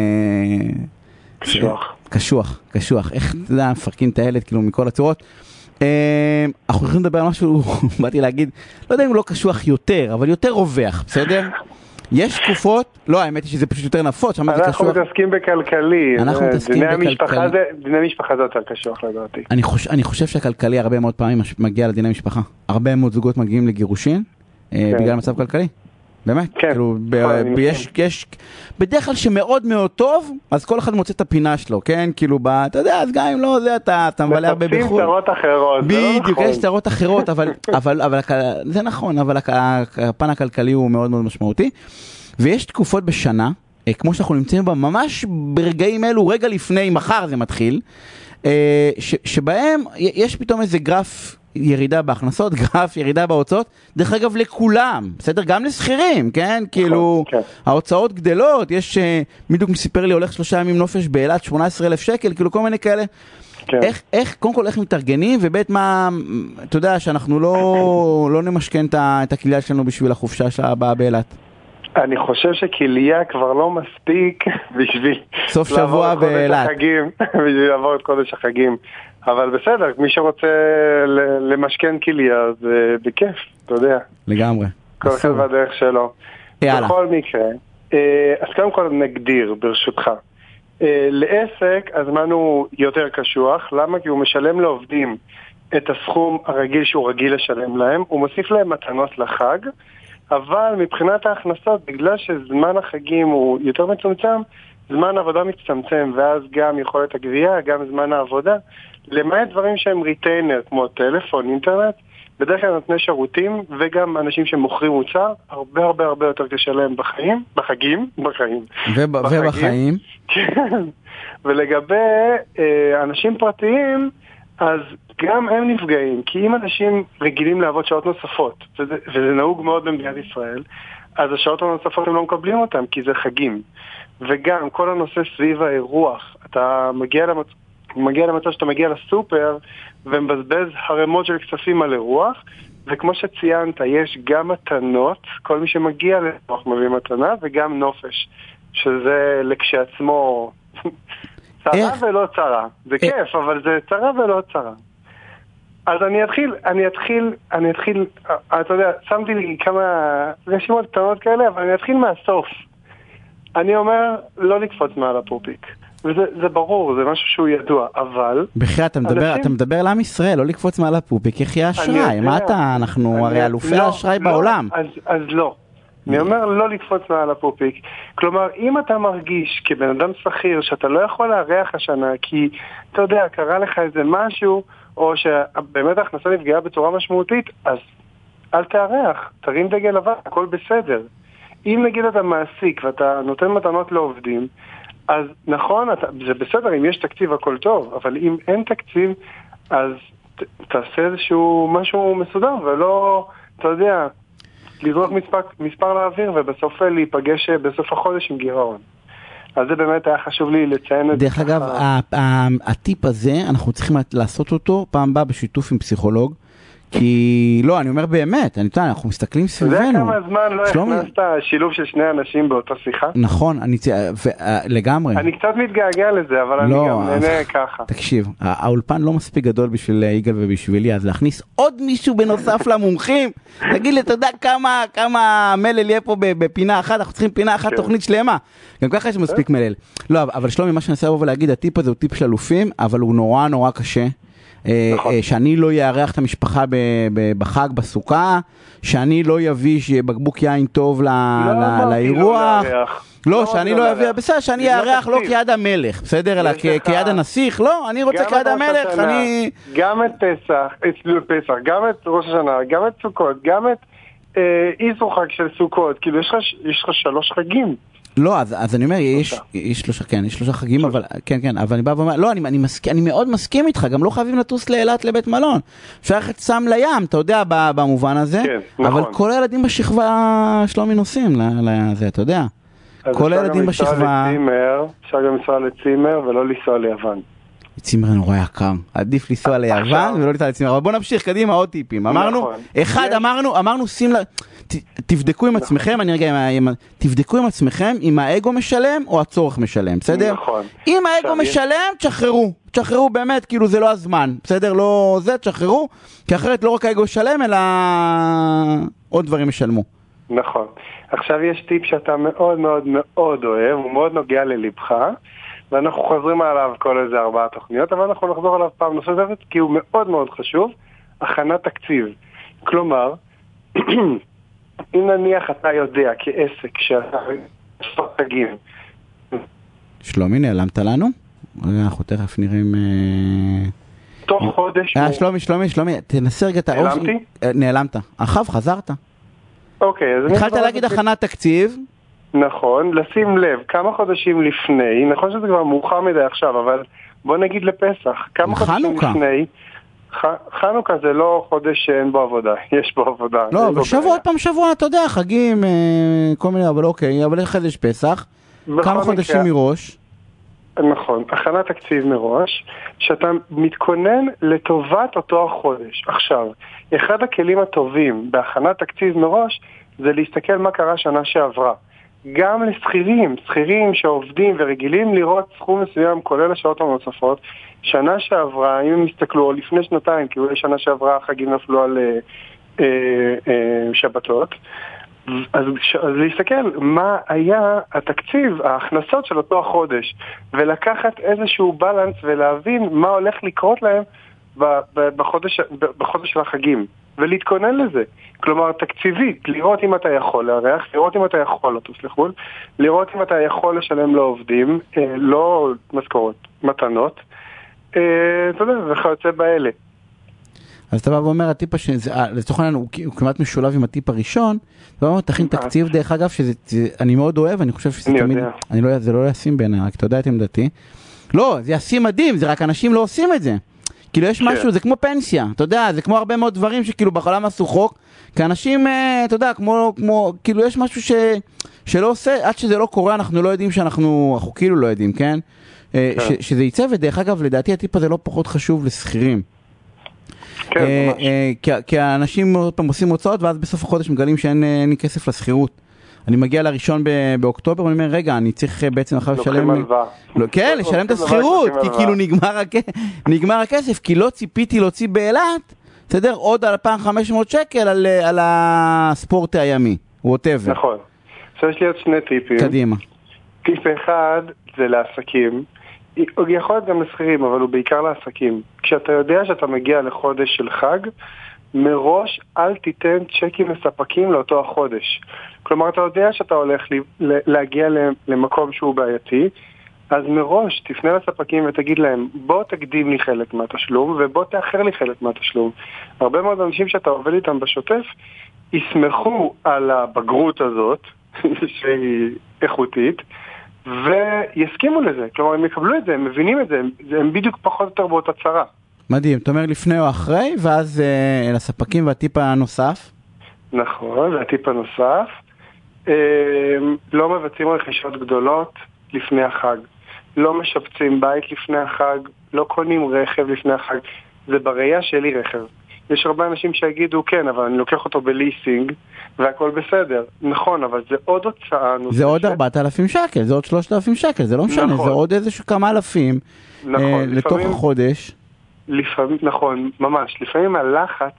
קשוח. קשוח, קשוח. איך, אתה יודע, מפרקים את הילד, כאילו, מכל הצורות. אנחנו יכולים לדבר על משהו, באתי להגיד, לא יודע אם הוא לא קשוח יותר, אבל יותר רווח, בסדר? יש תקופות, לא, האמת היא שזה פשוט יותר נפוץ, אנחנו מתעסקים בכלכלי, אנחנו מתעסקים בכלכלי. דיני משפחה זה יותר קשוח לדעתי. אני חושב שהכלכלי הרבה מאוד פעמים מגיע לדיני משפחה. הרבה מאוד זוגות מגיעים לגירושין, בגלל מצב כלכלי. באמת, כאילו, יש, בדרך כלל שמאוד מאוד טוב, אז כל אחד מוצא את הפינה שלו, כן? כאילו, אתה יודע, אז גם אם לא, זה אתה מבלה הרבה בחול. מחפשים צרות אחרות, זה לא נכון. בדיוק, יש צרות אחרות, אבל זה נכון, אבל הפן הכלכלי הוא מאוד מאוד משמעותי. ויש תקופות בשנה, כמו שאנחנו נמצאים בה, ממש ברגעים אלו, רגע לפני, מחר זה מתחיל, שבהם יש פתאום איזה גרף ירידה בהכנסות, גרף ירידה בהוצאות, דרך אגב לכולם, בסדר? גם לסחירים, כן? כאילו, ההוצאות גדלות, יש, מידוק מסיפר לי, הולך שלושה ימים נופש באילת, שמונה עשרה אלף שקל, כאילו כל מיני כאלה. כן. איך, איך, קודם כל, איך מתארגנים, ובית מה, אתה יודע, שאנחנו לא, לא נמשכן את הכליה שלנו בשביל החופשה הבאה באילת? אני חושב שכליה כבר לא מספיק בשביל סוף שבוע באילת. בשביל לעבור את חודש החגים. אבל בסדר, מי שרוצה למשכן כליה, זה בכיף, אתה יודע. לגמרי. כל אחד בדרך שלו. יאללה. בכל מקרה, אז קודם כל נגדיר, ברשותך. לעסק, הזמן הוא יותר קשוח. למה? כי הוא משלם לעובדים את הסכום הרגיל שהוא רגיל לשלם להם. הוא מוסיף להם מתנות לחג. אבל מבחינת ההכנסות, בגלל שזמן החגים הוא יותר מצומצם, זמן העבודה מצטמצם, ואז גם יכולת הגבייה, גם זמן העבודה, למעט דברים שהם ריטיינר, כמו טלפון, אינטרנט, בדרך כלל נותני שירותים, וגם אנשים שמוכרים מוצר, הרבה הרבה הרבה יותר קשה להם בחיים, בחגים, בחיים. ובחיים. כן. ולגבי אה, אנשים פרטיים, אז גם הם נפגעים, כי אם אנשים רגילים לעבוד שעות נוספות, וזה, וזה נהוג מאוד במדינת ישראל, אז השעות הנוספות הם לא מקבלים אותם, כי זה חגים. וגם כל הנושא סביב האירוח, אתה מגיע למצ... מגיע למצב שאתה מגיע לסופר, ומבזבז הרמות של כספים על אירוח, וכמו שציינת, יש גם מתנות, כל מי שמגיע לאירוח מביא מתנה, וגם נופש, שזה לכשעצמו צרה ולא צרה. זה כיף, אבל זה צרה ולא צרה. אז אני אתחיל, אני אתחיל, אני אתחיל, אתה יודע, שמתי לי כמה רשימות קטנות כאלה, אבל אני אתחיל מהסוף. אני אומר, לא לקפוץ מעל הפופיק. וזה זה ברור, זה משהו שהוא ידוע, אבל... בכלל, אתה מדבר, אתה מדבר לעם ישראל, לא לקפוץ מעל הפופיק, איך יהיה אשראי? מה אתה, אנחנו הרי אלופי האשראי בעולם. אז, אז לא. אני אומר לא לקפוץ מעל הפופיק. כלומר, אם אתה מרגיש כבן אדם שכיר שאתה לא יכול להריח השנה, כי, אתה יודע, קרה לך איזה משהו, או שבאמת ההכנסה נפגעה בצורה משמעותית, אז אל תארח, תרים דגל לבן, הכל בסדר. אם נגיד אתה מעסיק ואתה נותן מתנות לעובדים, אז נכון, אתה, זה בסדר, אם יש תקציב הכל טוב, אבל אם אין תקציב, אז ת, תעשה איזשהו משהו מסודר, ולא, אתה יודע, לזרוק מספר, מספר לאוויר, ובסוף להיפגש בסוף החודש עם גירעון. אז זה באמת היה חשוב לי לציין את זה. דרך אגב, הטיפ הזה, אנחנו צריכים לעשות אותו פעם הבאה בשיתוף עם פסיכולוג, כי לא, אני אומר באמת, אני יודע, אנחנו מסתכלים סביבנו. זה כמה זמן לא הכנסת שילוב של שני אנשים באותה שיחה? נכון, אני לגמרי. אני קצת מתגעגע לזה, אבל אני גם נהנה ככה. תקשיב, האולפן לא מספיק גדול בשביל יגאל ובשבילי, אז להכניס עוד מישהו בנוסף למומחים, תגיד לי, אתה יודע כמה, כמה מלל יהיה פה בפינה אחת, אנחנו צריכים פינה אחת, תוכנית שלמה. גם ככה יש מספיק מלל. לא, אבל שלומי, מה שאני אנסה לבוא ולהגיד, הטיפ הזה הוא טיפ של אלופים, אבל הוא נורא נורא קשה. שאני לא יארח את המשפחה בחג, בסוכה, שאני לא יביא בקבוק יין טוב לאירוח. לא, שאני לא אביא, בסדר, שאני יארח לא כיד המלך, בסדר, אלא כיד הנסיך, לא, אני רוצה כיד המלך, אני... גם את פסח, פסח, גם את ראש השנה, גם את סוכות, גם את איסור חג של סוכות, כאילו יש לך שלוש חגים. לא, אז, אז אני אומר, יש, יש שלושה, כן, יש שלושה חגים, אבל, כן, כן, אבל אני בא ואומר, לא, אני, אני, מסכ, אני מאוד מסכים איתך, גם לא חייבים לטוס לאילת לבית מלון. אפשר ללכת סם לים, אתה יודע, במובן הזה, כן, אבל נכון. כל הילדים בשכבה שלומי נוסעים לזה, אתה יודע. כל הילדים בשכבה... אפשר גם לנסוע לצימר ולא לנסוע ליוון. צימר נורא יקר, עדיף לנסוע ליוון ולא לנסוע לצימר, אבל בוא נמשיך קדימה עוד טיפים. אמרנו, אחד, אמרנו, אמרנו, שים לה... תבדקו עם עצמכם, אני רגע, תבדקו עם עצמכם אם האגו משלם או הצורך משלם, בסדר? נכון. אם האגו משלם, תשחררו, תשחררו באמת, כאילו זה לא הזמן, בסדר? לא זה, תשחררו, כי אחרת לא רק האגו משלם, אלא עוד דברים משלמו. נכון. עכשיו יש טיפ שאתה מאוד מאוד מאוד אוהב, הוא מאוד נוגע ללבך, ואנחנו חוזרים עליו כל איזה ארבעה תוכניות, אבל אנחנו נחזור עליו פעם נוספת, כי הוא מאוד מאוד חשוב, הכנת תקציב. כלומר, אם נניח אתה יודע כעסק שאתה תגיד. שלומי, נעלמת לנו? אנחנו תכף נראים... תוך חודש... שלומי, שלומי, שלומי, תנסה רגע את האוזן. נעלמתי? נעלמת. אחר, חזרת. אוקיי, אז... התחלת להגיד הכנת תקציב. נכון, לשים לב, כמה חודשים לפני, נכון שזה כבר מאוחר מדי עכשיו, אבל בוא נגיד לפסח, כמה חודשים לפני... חנוכה זה לא חודש שאין בו עבודה, יש בו עבודה. לא, אבל שבוע, עוד פעם שבוע, אתה יודע, חגים, כל מיני, אבל אוקיי, אבל איך יש פסח? כמה חודשים מראש? נכון, הכנת תקציב מראש, שאתה מתכונן לטובת אותו החודש. עכשיו, אחד הכלים הטובים בהכנת תקציב מראש, זה להסתכל מה קרה שנה שעברה. גם לשכירים, שכירים שעובדים ורגילים לראות סכום מסוים, כולל השעות הנוספות, שנה שעברה, אם הם הסתכלו, או לפני שנתיים, כי אולי שנה שעברה החגים נפלו על אה, אה, אה, שבתות, אז, אז להסתכל מה היה התקציב, ההכנסות של אותו החודש, ולקחת איזשהו בלנס ולהבין מה הולך לקרות להם בחודש, בחודש של החגים, ולהתכונן לזה. כלומר, תקציבית, לראות אם אתה יכול להרח, לראות אם אתה יכול לטוס לחו"ל, לראות אם אתה יכול לשלם לעובדים, לא משכורות, מתנות, אתה יודע, וכיוצא באלה. אז אתה בא ואומר, הטיפ שזה, לצורך העניין הוא כמעט משולב עם הטיפ הראשון, אתה אומר, תכין תקציב דרך אגב, שאני מאוד אוהב, אני חושב שזה תמיד, זה לא ישים בעיניי, רק אתה יודע את עמדתי. לא, זה ישים מדהים, זה רק אנשים לא עושים את זה. כאילו יש משהו, זה כמו פנסיה, אתה יודע, זה כמו הרבה מאוד דברים שכאילו בחולם עשו חוק, כי אנשים, אתה יודע, כמו, כמו, כאילו יש משהו ש, שלא עושה, עד שזה לא קורה, אנחנו לא יודעים שאנחנו, אנחנו כאילו לא יודעים, כן? ש, שזה ייצא, ודרך אגב, לדעתי הטיפ הזה לא פחות חשוב לסחירים. כן, ממש. כי האנשים עושים הוצאות, ואז בסוף החודש מגלים שאין לי כסף לסחירות. אני מגיע לראשון באוקטובר, ואני אומר, רגע, אני צריך בעצם אחר לשלם... כן, לשלם את הסחירות, כי כאילו נגמר הכסף, כי לא ציפיתי להוציא באילת, תדר, עוד אלפיים וחמש מאות שקל על הספורט הימי, whatever. נכון. עכשיו יש לי עוד שני טיפים. קדימה. טיפ אחד זה לעסקים, הוא יכול להיות גם לסחירים, אבל הוא בעיקר לעסקים. כשאתה יודע שאתה מגיע לחודש של חג, מראש אל תיתן צ'קים לספקים לאותו החודש. כלומר, אתה יודע שאתה הולך להגיע למקום שהוא בעייתי, אז מראש תפנה לספקים ותגיד להם, בוא תקדים לי חלק מהתשלום, ובוא תאחר לי חלק מהתשלום. הרבה מאוד אנשים שאתה עובד איתם בשוטף, יסמכו על הבגרות הזאת, שהיא איכותית, ויסכימו לזה. כלומר, הם יקבלו את זה, הם מבינים את זה, הם בדיוק פחות יותר באותה צרה. מדהים, אתה אומר לפני או אחרי, ואז אה, לספקים והטיפ הנוסף? נכון, והטיפ הנוסף, אה, לא מבצעים רכישות גדולות לפני החג, לא משפצים בית לפני החג, לא קונים רכב לפני החג, זה בראייה שלי רכב. יש הרבה אנשים שיגידו, כן, אבל אני לוקח אותו בליסינג, והכל בסדר. נכון, אבל זה עוד הוצאה. זה עוד ארבעת אלפים שקל, זה עוד שלושת אלפים שקל, זה לא משנה, נכון. זה עוד איזשהו כמה אלפים נכון, אה, לפעמים, לתוך החודש. לפעמים, נכון, ממש. לפעמים הלחץ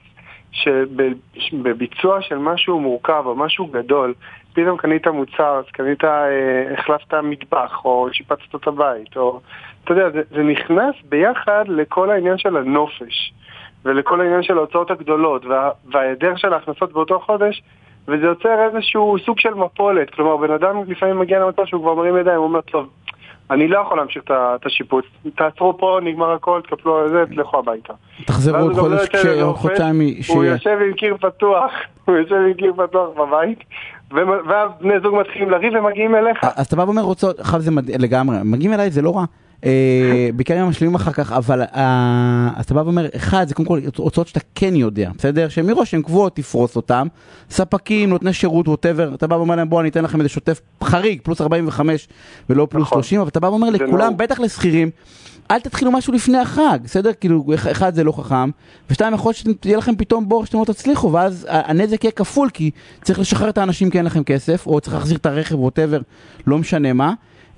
שבביצוע של משהו מורכב או משהו גדול, פתאום קנית מוצר, אז קנית, אה, החלפת מטבח, או שיפצת את הבית, או, אתה יודע, זה, זה נכנס ביחד לכל העניין של הנופש. ולכל העניין של ההוצאות הגדולות וה, וההיעדר של ההכנסות באותו חודש, וזה יוצר איזשהו סוג של מפולת. כלומר, בן אדם לפעמים מגיע למצב שהוא כבר מרים ידיים, הוא אומר, טוב, אני לא יכול להמשיך את השיפוץ, תעצרו פה, נגמר הכל, תקפלו על זה, תלכו הביתה. תחזרו עוד חודש כשעוד חודשיים... הוא יושב עם קיר פתוח, הוא יושב עם קיר פתוח בבית, ובני זוג מתחילים לריב ומגיעים אליך. אז אתה בא ואומר, רוצות, חב זה לגמרי, מגיעים אליי, זה לא רע. בעיקר הם משלימים אחר כך, אבל אז אתה בא ואומר, אחד, זה קודם כל הוצאות שאתה כן יודע, בסדר? שמראש הם קבועות, תפרוס אותם, ספקים, נותני שירות, whatever, אתה בא ואומר להם, בוא, אני אתן לכם איזה שוטף חריג, פלוס ארבעים וחמש ולא פלוס שלושים, אבל אתה בא ואומר לכולם, בטח לסחירים, אל תתחילו משהו לפני החג, בסדר? כאילו, אחד זה לא חכם, ושתיים, יכול שתהיה לכם פתאום בור שאתם לא תצליחו, ואז הנזק יהיה כפול, כי צריך לשחרר את האנשים כי אין לכם כסף, או צריך להחזיר את הרכב, whatever, לא משנה מה.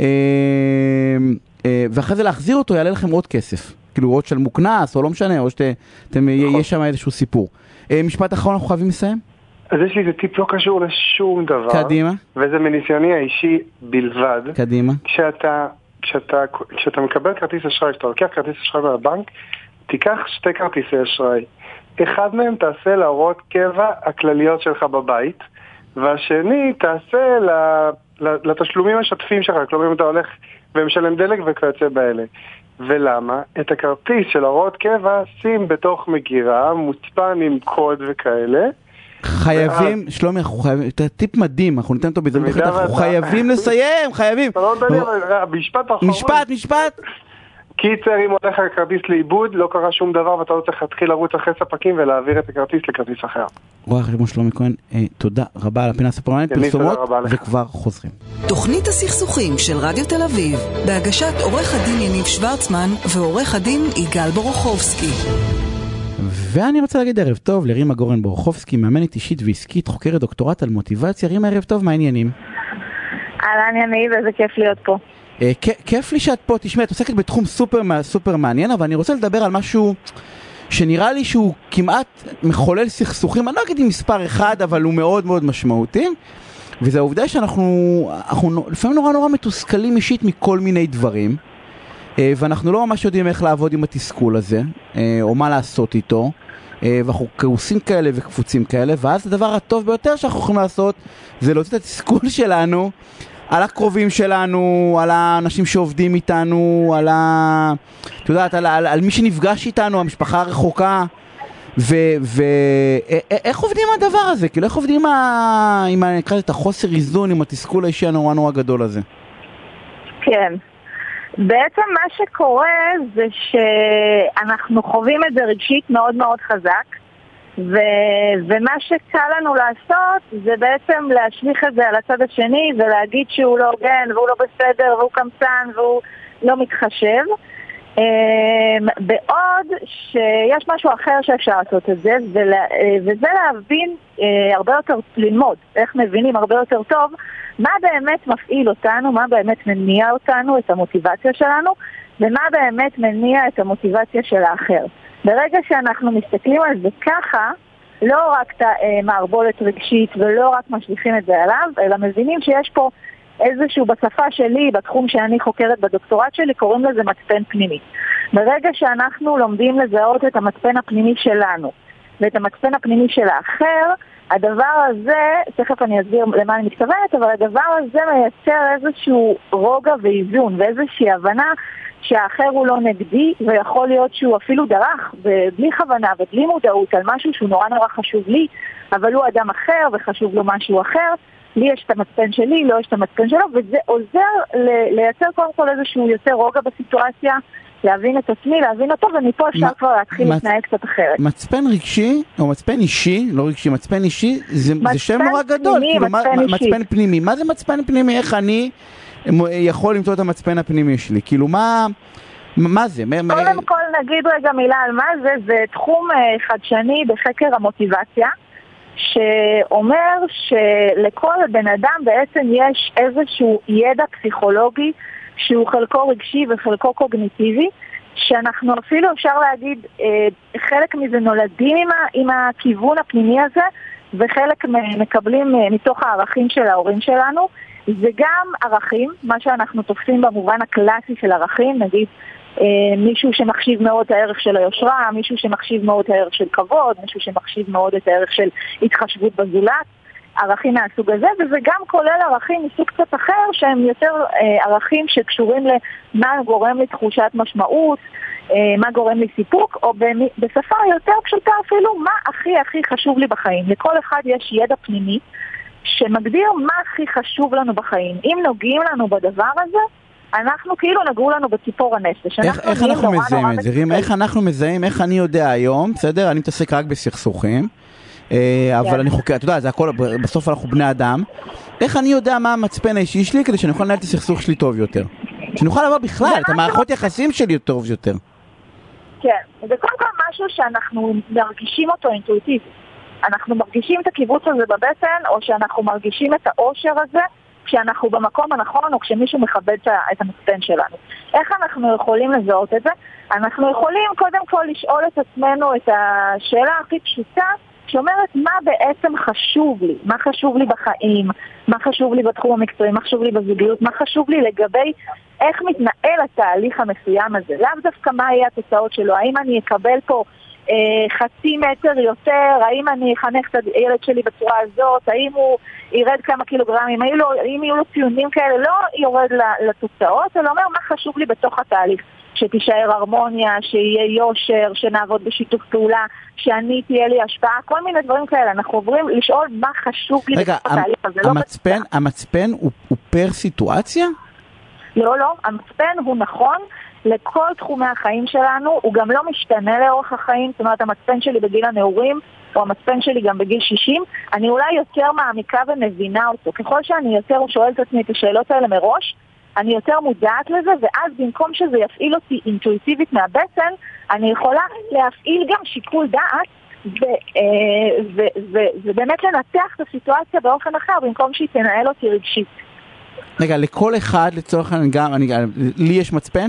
ואחרי זה להחזיר אותו יעלה לכם עוד כסף, כאילו עוד של מוקנס או לא משנה, או שיש שם איזשהו סיפור. משפט אחרון, אנחנו חייבים לסיים? אז יש לי איזה טיפ לא קשור לשום דבר. קדימה. וזה מניסיוני האישי בלבד. קדימה. כשאתה, כשאתה, כשאתה מקבל כרטיס אשראי, כשאתה לוקח כרטיס אשראי מהבנק, תיקח שתי כרטיסי אשראי. אחד מהם תעשה להוראות קבע הכלליות שלך בבית, והשני תעשה לתשלומים השוטפים שלך, כלומר אם אתה הולך ומשלם דלק וכיוצא באלה. ולמה? את הכרטיס של הוראות קבע שים בתוך מגירה, מוצפן עם קוד וכאלה. חייבים, שלומי, אנחנו חייבים, טיפ מדהים, אנחנו ניתן אותו בזמן, אנחנו חייבים לסיים, חייבים. משפט אחרון. משפט, משפט. קיצר, אם הולך הכרטיס לאיבוד, לא קרה שום דבר, ואתה לא צריך להתחיל לרוץ אחרי ספקים ולהעביר את הכרטיס לכרטיס אחר. רואה חשבון שלומי כהן, תודה רבה על הפינה הספרמנט, פרסומות וכבר חוזרים. תוכנית הסכסוכים של רדיו תל אביב, בהגשת עורך הדין יניב שוורצמן ועורך הדין יגאל בורוכובסקי. ואני רוצה להגיד ערב טוב לרימה גורן בורוכובסקי, מאמנת אישית ועסקית, חוקרת דוקטורט על מוטיבציה. רימה, ערב טוב, מה העניינים? אהלן יניב, איזה כיף להיות פה. כיף לי שאת פה. תשמע, את עוסקת בתחום סופר סופר מעניין, אבל אני רוצה לדבר על משהו שנראה לי שהוא כמעט מחולל סכסוכים, אני לא אגיד עם מספר אחד, אבל הוא מאוד מאוד משמעותי, וזה העובדה שאנחנו אנחנו לפעמים נורא נורא מתוסכלים אישית מכל מיני דברים, ואנחנו לא ממש יודעים איך לעבוד עם התסכול הזה, או מה לעשות איתו, ואנחנו כעוסים כאלה וקפוצים כאלה, ואז הדבר הטוב ביותר שאנחנו יכולים לעשות זה להוציא את התסכול שלנו על הקרובים שלנו, על האנשים שעובדים איתנו, על ה... אתה יודעת, על, על, על מי שנפגש איתנו, המשפחה הרחוקה, ואיך עובדים הדבר הזה? כאילו, איך עובדים ה... עם נקרא את החוסר איזון, עם התסכול האישי הנורא נורא גדול הזה? כן. בעצם מה שקורה זה שאנחנו חווים את זה רגשית מאוד מאוד חזק, ו... ומה שקל לנו לעשות זה בעצם להשליך את זה על הצד השני ולהגיד שהוא לא הוגן והוא לא בסדר והוא קמצן והוא לא מתחשב, בעוד שיש משהו אחר שאפשר לעשות את זה, ולה... וזה להבין הרבה יותר, ללמוד איך מבינים הרבה יותר טוב מה באמת מפעיל אותנו, מה באמת מניע אותנו, את המוטיבציה שלנו, ומה באמת מניע את המוטיבציה של האחר. ברגע שאנחנו מסתכלים על זה ככה, לא רק את מערבולת רגשית ולא רק משליכים את זה עליו, אלא מבינים שיש פה איזשהו, בשפה שלי, בתחום שאני חוקרת בדוקטורט שלי, קוראים לזה מצפן פנימי. ברגע שאנחנו לומדים לזהות את המצפן הפנימי שלנו ואת המצפן הפנימי של האחר, הדבר הזה, תכף אני אסביר למה אני מתכוונת, אבל הדבר הזה מייצר איזשהו רוגע ואיזון ואיזושהי הבנה שהאחר הוא לא נגדי, ויכול להיות שהוא אפילו דרך בלי כוונה ובלי מודעות על משהו שהוא נורא נורא חשוב לי, אבל הוא אדם אחר וחשוב לו משהו אחר. לי יש את המצפן שלי, לא יש את המצפן שלו, וזה עוזר לייצר קודם כל איזשהו יותר רוגע בסיטואציה, להבין את עצמי, להבין אותו, ומפה אפשר כבר להתחיל להתנהג קצת אחרת. מצפן רגשי, או מצפן אישי, לא רגשי, מצפן אישי, זה שם נורא גדול. מצפן פנימי. מה זה מצפן פנימי? איך אני יכול למצוא את המצפן הפנימי שלי? כאילו, מה... מה זה? קודם כל נגיד רגע מילה על מה זה. זה תחום חדשני בחקר המוטיבציה, שאומר שלכל בן אדם בעצם יש איזשהו ידע פסיכולוגי שהוא חלקו רגשי וחלקו קוגניטיבי, שאנחנו אפילו אפשר להגיד חלק מזה נולדים עם, עם הכיוון הפנימי הזה, וחלק מקבלים מתוך הערכים של ההורים שלנו. זה גם ערכים, מה שאנחנו תופסים במובן הקלאסי של ערכים, נגיד מישהו שמחשיב מאוד את הערך של היושרה, מישהו שמחשיב מאוד את הערך של כבוד, מישהו שמחשיב מאוד את הערך של התחשבות בזולת, ערכים מהסוג הזה, וזה גם כולל ערכים מסוג קצת אחר, שהם יותר אה, ערכים שקשורים למה גורם לי תחושת משמעות, אה, מה גורם לי סיפוק, או בשפה יותר פשוטה אפילו, מה הכי הכי חשוב לי בחיים. לכל אחד יש ידע פנימי שמגדיר מה הכי חשוב לנו בחיים. אם נוגעים לנו בדבר הזה, אנחנו כאילו נגעו לנו בציפור הנפש. איך, איך אנחנו מזהים את זה? רימה, איך אנחנו מזהים, איך אני יודע היום, בסדר? אני מתעסק רק בסכסוכים, אבל אני חוקר, אתה יודע, זה הכל, בסוף אנחנו בני אדם. איך אני יודע מה המצפן האישי שלי כדי שאני אוכל לנהל את הסכסוך שלי טוב יותר? שאני אוכל לעבור בכלל, את המערכות יחסים שלי טוב יותר. כן, זה קודם כל משהו שאנחנו מרגישים אותו אינטואיטיבית. אנחנו מרגישים את הקיבוץ הזה בבטן, או שאנחנו מרגישים את האושר הזה, כשאנחנו במקום הנכון או כשמישהו מכבד את המצפן שלנו. איך אנחנו יכולים לזהות את זה? אנחנו יכולים קודם כל לשאול את עצמנו את השאלה הכי פשוטה, שאומרת מה בעצם חשוב לי, מה חשוב לי בחיים, מה חשוב לי בתחום המקצועי, מה חשוב לי בזוגיות, מה חשוב לי לגבי איך מתנהל התהליך המסוים הזה. לאו דווקא מה יהיה התוצאות שלו, האם אני אקבל פה אה, חצי מטר יותר, האם אני אחנך את הילד שלי בצורה הזאת, האם הוא ירד כמה קילוגרמים, האם, לא, האם יהיו לו ציונים כאלה, לא יורד לתוצאות, אלא אומר מה חשוב לי בתוך התהליך. שתישאר הרמוניה, שיהיה יושר, שנעבוד בשיתוף פעולה, שאני תהיה לי השפעה, כל מיני דברים כאלה. אנחנו עוברים לשאול מה חשוב לי בתוך התהליך הזה. רגע, המצפן הוא פר סיטואציה? לא, לא, המצפן הוא נכון לכל תחומי החיים שלנו, הוא גם לא משתנה לאורך החיים, זאת אומרת, המצפן שלי בגיל הנעורים, או המצפן שלי גם בגיל שישים, אני אולי יותר מעמיקה ומבינה אותו. ככל שאני יותר שואלת עצמי את השאלות האלה מראש, אני יותר מודעת לזה, ואז במקום שזה יפעיל אותי אינטואיטיבית מהבטן, אני יכולה להפעיל גם שיקול דעת, ובאמת לנתח את הסיטואציה באופן אחר, במקום שהיא תנהל אותי רגשית. רגע, לכל אחד, לצורך העניין, גם, אני, לי יש מצפן?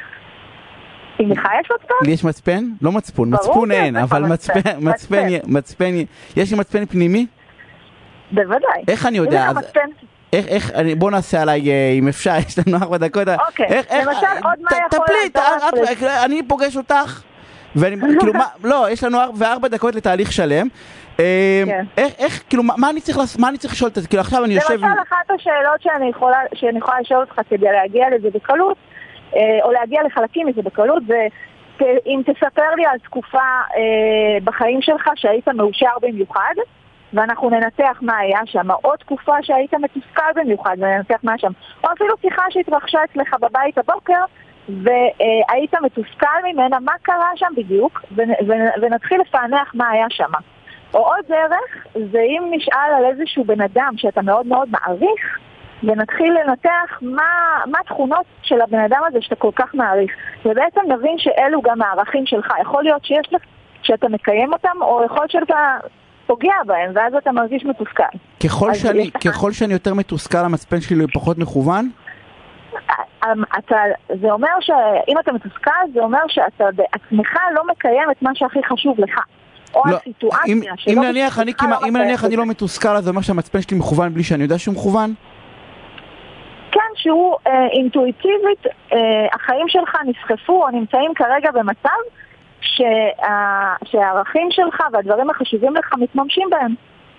אם לך יש מצפן? לי יש מצפן? לא מצפון, מצפון אין, אבל מצפן, מצפן, מצפן, יש לי מצפן פנימי? בוודאי. איך אני יודע? איך, איך, בוא נעשה עליי, אם אפשר, יש לנו ארבע דקות. אוקיי, למשל עוד מה יכול לעזור? אני פוגש אותך, ואני, כאילו, לא, יש לנו ארבע דקות לתהליך שלם. איך, כאילו, מה אני צריך מה אני צריך לשאול? כאילו, עכשיו אני יושב... למשל, אחת השאלות שאני יכולה לשאול אותך כדי להגיע לזה בקלות, או להגיע לחלקים מזה בקלות, זה אם תספר לי על תקופה בחיים שלך שהיית מאושר במיוחד, ואנחנו ננתח מה היה שם, או תקופה שהיית מתוסכל במיוחד וננתח מה שם, או אפילו שיחה שהתרחשה אצלך בבית הבוקר והיית מתוסכל ממנה, מה קרה שם בדיוק, ונתחיל לפענח מה היה שם. או עוד דרך, זה אם נשאל על איזשהו בן אדם שאתה מאוד מאוד מעריך, ונתחיל לנתח מה, מה התכונות של הבן אדם הזה שאתה כל כך מעריך. ובעצם נבין שאלו גם הערכים שלך. יכול להיות שיש לך, שאתה מקיים אותם, או יכול להיות שאתה פוגע בהם, ואז אתה מרגיש מתוסכל. ככל שאני, ככל שאני יותר מתוסכל, המצפן שלי פחות מכוון? אתה, זה אומר שאם אתה מתוסכל, זה אומר שאתה בעצמך לא מקיים את מה שהכי חשוב לך. או לא, הסיטואציה אם, שלא אם נניח אני, כמה, אם נניח אני לא מתוסכל, אז זה אומר שהמצפן שלי מכוון בלי שאני יודע שהוא מכוון? כן, שהוא אה, אינטואיטיבית, אה, החיים שלך נסחפו או נמצאים כרגע במצב שה, שהערכים שלך והדברים החשובים לך מתממשים בהם.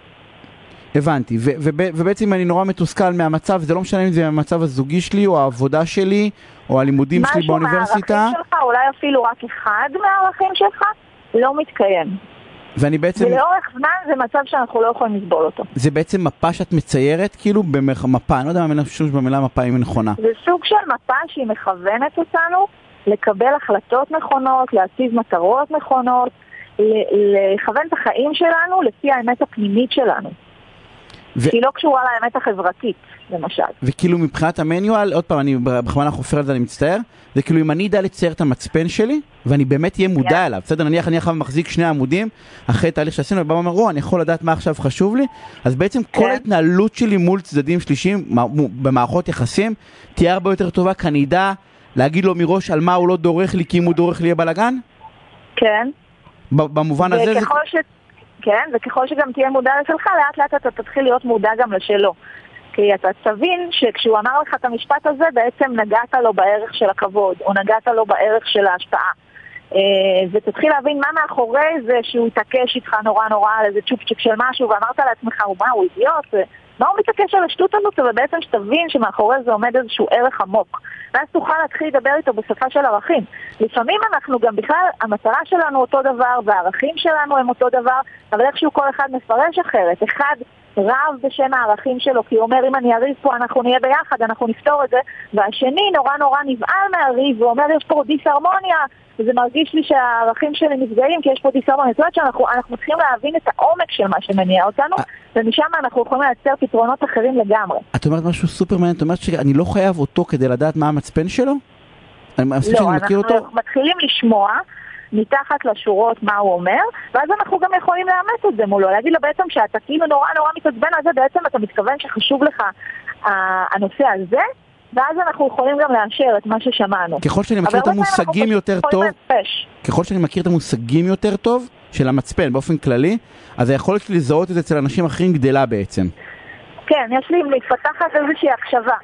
הבנתי, ו- ו- ובעצם אני נורא מתוסכל מהמצב, זה לא משנה אם זה המצב הזוגי שלי או העבודה שלי או הלימודים שלי באוניברסיטה. משהו מהערכים שלך, אולי אפילו רק אחד מהערכים שלך, לא מתקיים. ואני בעצם... ולאורך זמן זה מצב שאנחנו לא יכולים לסבול אותו. זה בעצם מפה שאת מציירת, כאילו במפה, אני לא יודע מה חושב במילה מפה אם היא נכונה. זה סוג של מפה שהיא מכוונת אותנו לקבל החלטות נכונות, להציב מטרות נכונות, לכוון את החיים שלנו לפי האמת הפנימית שלנו. ו... היא לא קשורה לאמת החברתית, למשל. וכאילו מבחינת המניואל, עוד פעם, אני בכוונה חופר על זה, אני מצטער, זה כאילו אם אני אדע לצייר את המצפן שלי, ואני באמת אהיה מודע אליו, בסדר, נניח אני עכשיו מחזיק שני עמודים, אחרי תהליך שעשינו, ובא ואומר, רו, אני יכול לדעת מה עכשיו חשוב לי, אז בעצם כל ההתנהלות שלי מול צדדים שלישיים, במערכות יחסים, תהיה הרבה יותר טובה, כי אני אדע להגיד לו מראש על מה הוא לא דורך לי, כי אם הוא דורך לי יהיה בלגן? כן. במובן הזה זה... כן, וככל שגם תהיה מודע לשלך, לאט לאט אתה תתחיל להיות מודע גם לשלו. כי אתה תבין שכשהוא אמר לך את המשפט הזה, בעצם נגעת לו בערך של הכבוד, או נגעת לו בערך של ההשפעה. ותתחיל להבין מה מאחורי זה שהוא יתעקש איתך נורא נורא על איזה צ'ופצ'יק של משהו, ואמרת לעצמך, מה, הוא אידיוט? מה הוא מתעקש על השטות הזאת? ובעצם שתבין שמאחורי זה עומד איזשהו ערך עמוק. ואז תוכל להתחיל לדבר איתו בשפה של ערכים. לפעמים אנחנו גם בכלל, המטרה שלנו אותו דבר, והערכים שלנו הם אותו דבר, אבל איכשהו כל אחד מפרש אחרת. אחד רב בשם הערכים שלו, כי הוא אומר, אם אני אריב פה, אנחנו נהיה ביחד, אנחנו נפתור את זה. והשני נורא נורא נבעל מהריב, ואומר, יש פה דיסהרמוניה, וזה מרגיש לי שהערכים שלי נפגעים, כי יש פה דיסהרמוניה. זאת אומרת שאנחנו אנחנו צריכים להבין את העומק של מה שמניע אותנו, ומשם אנחנו יכולים לייצר פתרונות אחרים לגמרי. את אומרת משהו סופר מעניין, את אומרת שאני לא חייב אותו כדי לדעת מה המצפן שלו? לא, אנחנו מתחילים לשמוע מתחת לשורות מה הוא אומר, ואז אנחנו גם יכולים לאמץ את זה מולו, להגיד לו בעצם שאתה כאילו נורא נורא מתעצבן על זה, בעצם אתה מתכוון שחשוב לך הנושא הזה, ואז אנחנו יכולים גם לאשר את מה ששמענו. ככל שאני מכיר את המושגים יותר טוב, ככל שאני מכיר את המושגים יותר טוב של המצפן באופן כללי, אז היכולת שלי לזהות את זה אצל אנשים אחרים גדלה בעצם. כן, יש לי מתפתחת איזושהי הקשבה.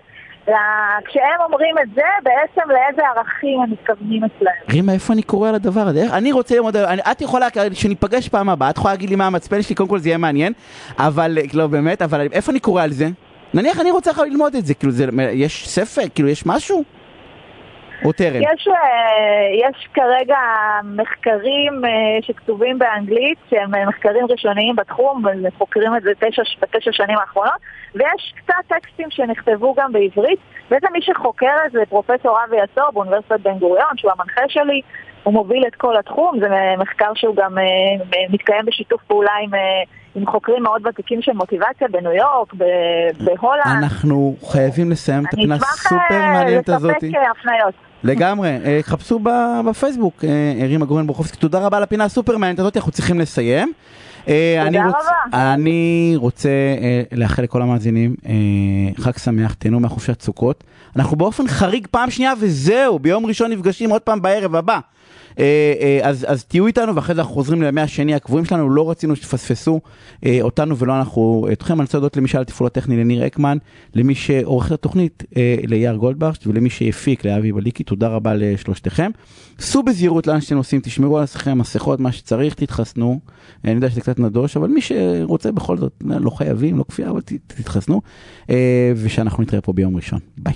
כשהם אומרים את זה, בעצם לאיזה ערכים הם מתכוונים אצלהם. רימה, איפה אני קורא על הדבר הזה? אני רוצה ללמוד, את יכולה, שניפגש פעם הבאה, את יכולה להגיד לי מה המצפן שלי, קודם כל זה יהיה מעניין, אבל, לא באמת, אבל איפה אני קורא על זה? נניח אני רוצה ללמוד את זה, כאילו, יש ספר, כאילו, יש משהו? או טרם? יש, יש כרגע מחקרים שכתובים באנגלית, שהם מחקרים ראשוניים בתחום, וחוקרים את זה תשע, בתשע שנים האחרונות, ויש קצת טקסטים שנכתבו גם בעברית, וזה מי שחוקר את זה פרופסור אבי יסור באוניברסיטת בן גוריון, שהוא המנחה שלי, הוא מוביל את כל התחום, זה מחקר שהוא גם מתקיים בשיתוף פעולה עם... עם חוקרים מאוד ותיקים של מוטיבציה בניו יורק, בהולנד. אנחנו חייבים לסיים את הפינה סופר מעניינת הזאת. אני אשמח לספק הפניות. לגמרי, חפשו בפייסבוק, רימה גורן ברוכובסקי, תודה רבה על הפינה הסופר מעניינת הזאת, אנחנו צריכים לסיים. תודה רבה. אני רוצה לאחל לכל המאזינים חג שמח, תהנו מהחופשת סוכות. אנחנו באופן חריג פעם שנייה וזהו, ביום ראשון נפגשים עוד פעם בערב הבא. אז, אז תהיו איתנו, ואחרי זה אנחנו חוזרים לימי השני הקבועים שלנו, לא רצינו שתפספסו אותנו ולא אנחנו אתכם. אני רוצה להודות למי שעל התפעול הטכני לניר אקמן, למי שעורך את התוכנית ליאר גולדברשט, ולמי שיפיק לאבי בליקי. תודה רבה לשלושתכם. סעו בזהירות לאן שאתם עושים, תשמרו על עצמכם, מסכות, מה שצריך, תתחסנו. אני יודע שזה קצת נדוש, אבל מי שרוצה בכל זאת, לא חייבים, לא כפייה, אבל תתחסנו. ושאנחנו נתראה פה ביום ראשון. ביי.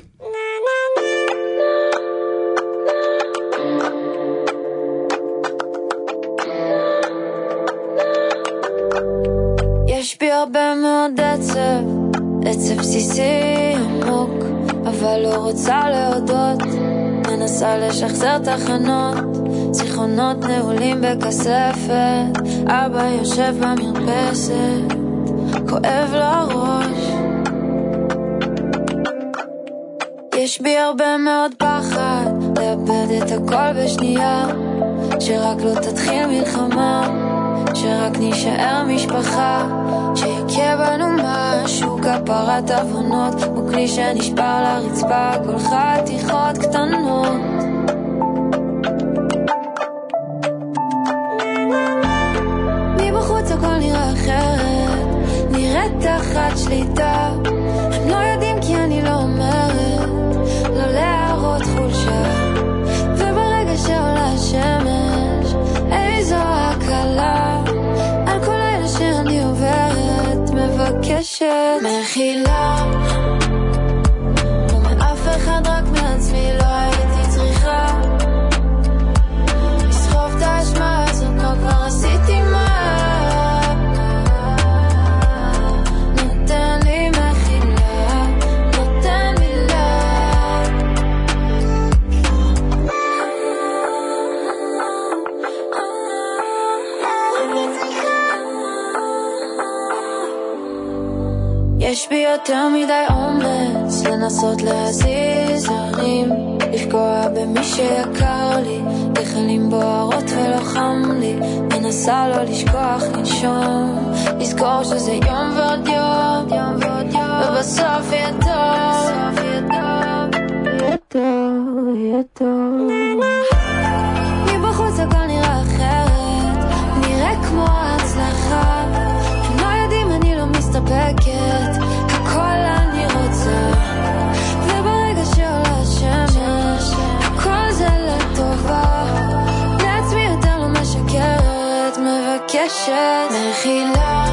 יש בי הרבה מאוד עצב, עצב בסיסי עמוק, אבל לא רוצה להודות, מנסה לשחזר תחנות, זיכרונות נעולים בכספת, אבא יושב במרפסת, כואב לו הראש. יש בי הרבה מאוד פחד, לאבד את הכל בשנייה, שרק לא תתחיל מלחמה, שרק נשאר משפחה, שיקה בנו משהו כפרת אבונות, הוא כלי שנשבר לרצפה, כל חתיכות קטנות. מבחוץ הכל נראה אחרת, נראית תחת שליטה, הם לא יודעים כי אני לא אומרת, לא להראות חולשה, וברגע שעולה השמש, איזו הקלה, על כל לילה שאני עוברת, מבקשת מחילה, ומאף אחד רק מעצמי לא הייתי צריכה, לסחוב את האשמה הזאת, מה כבר עשיתי מה, נותן לי מחילה, נותן מילה, יש בי יותר מדי אומץ לנסות להזיז הרים, לפגוע במי שיקר לי, גחלים בוערות ולא חם לי, מנסה לא לשכוח לנשום, לזכור שזה יום ועוד יום, יום ועוד יום, ובסוף יהיה טוב, יהיה טוב, יהיה טוב. מבחוץ הכל נראה אחרת, נראה כמו הצלחה, הם לא יודעים אני לא מסתפקת, הכל אני רוצה, וברגע שעולה השמש, הכל זה לטובה, לעצמי יותר לא משקרת, מבקשת מחילה,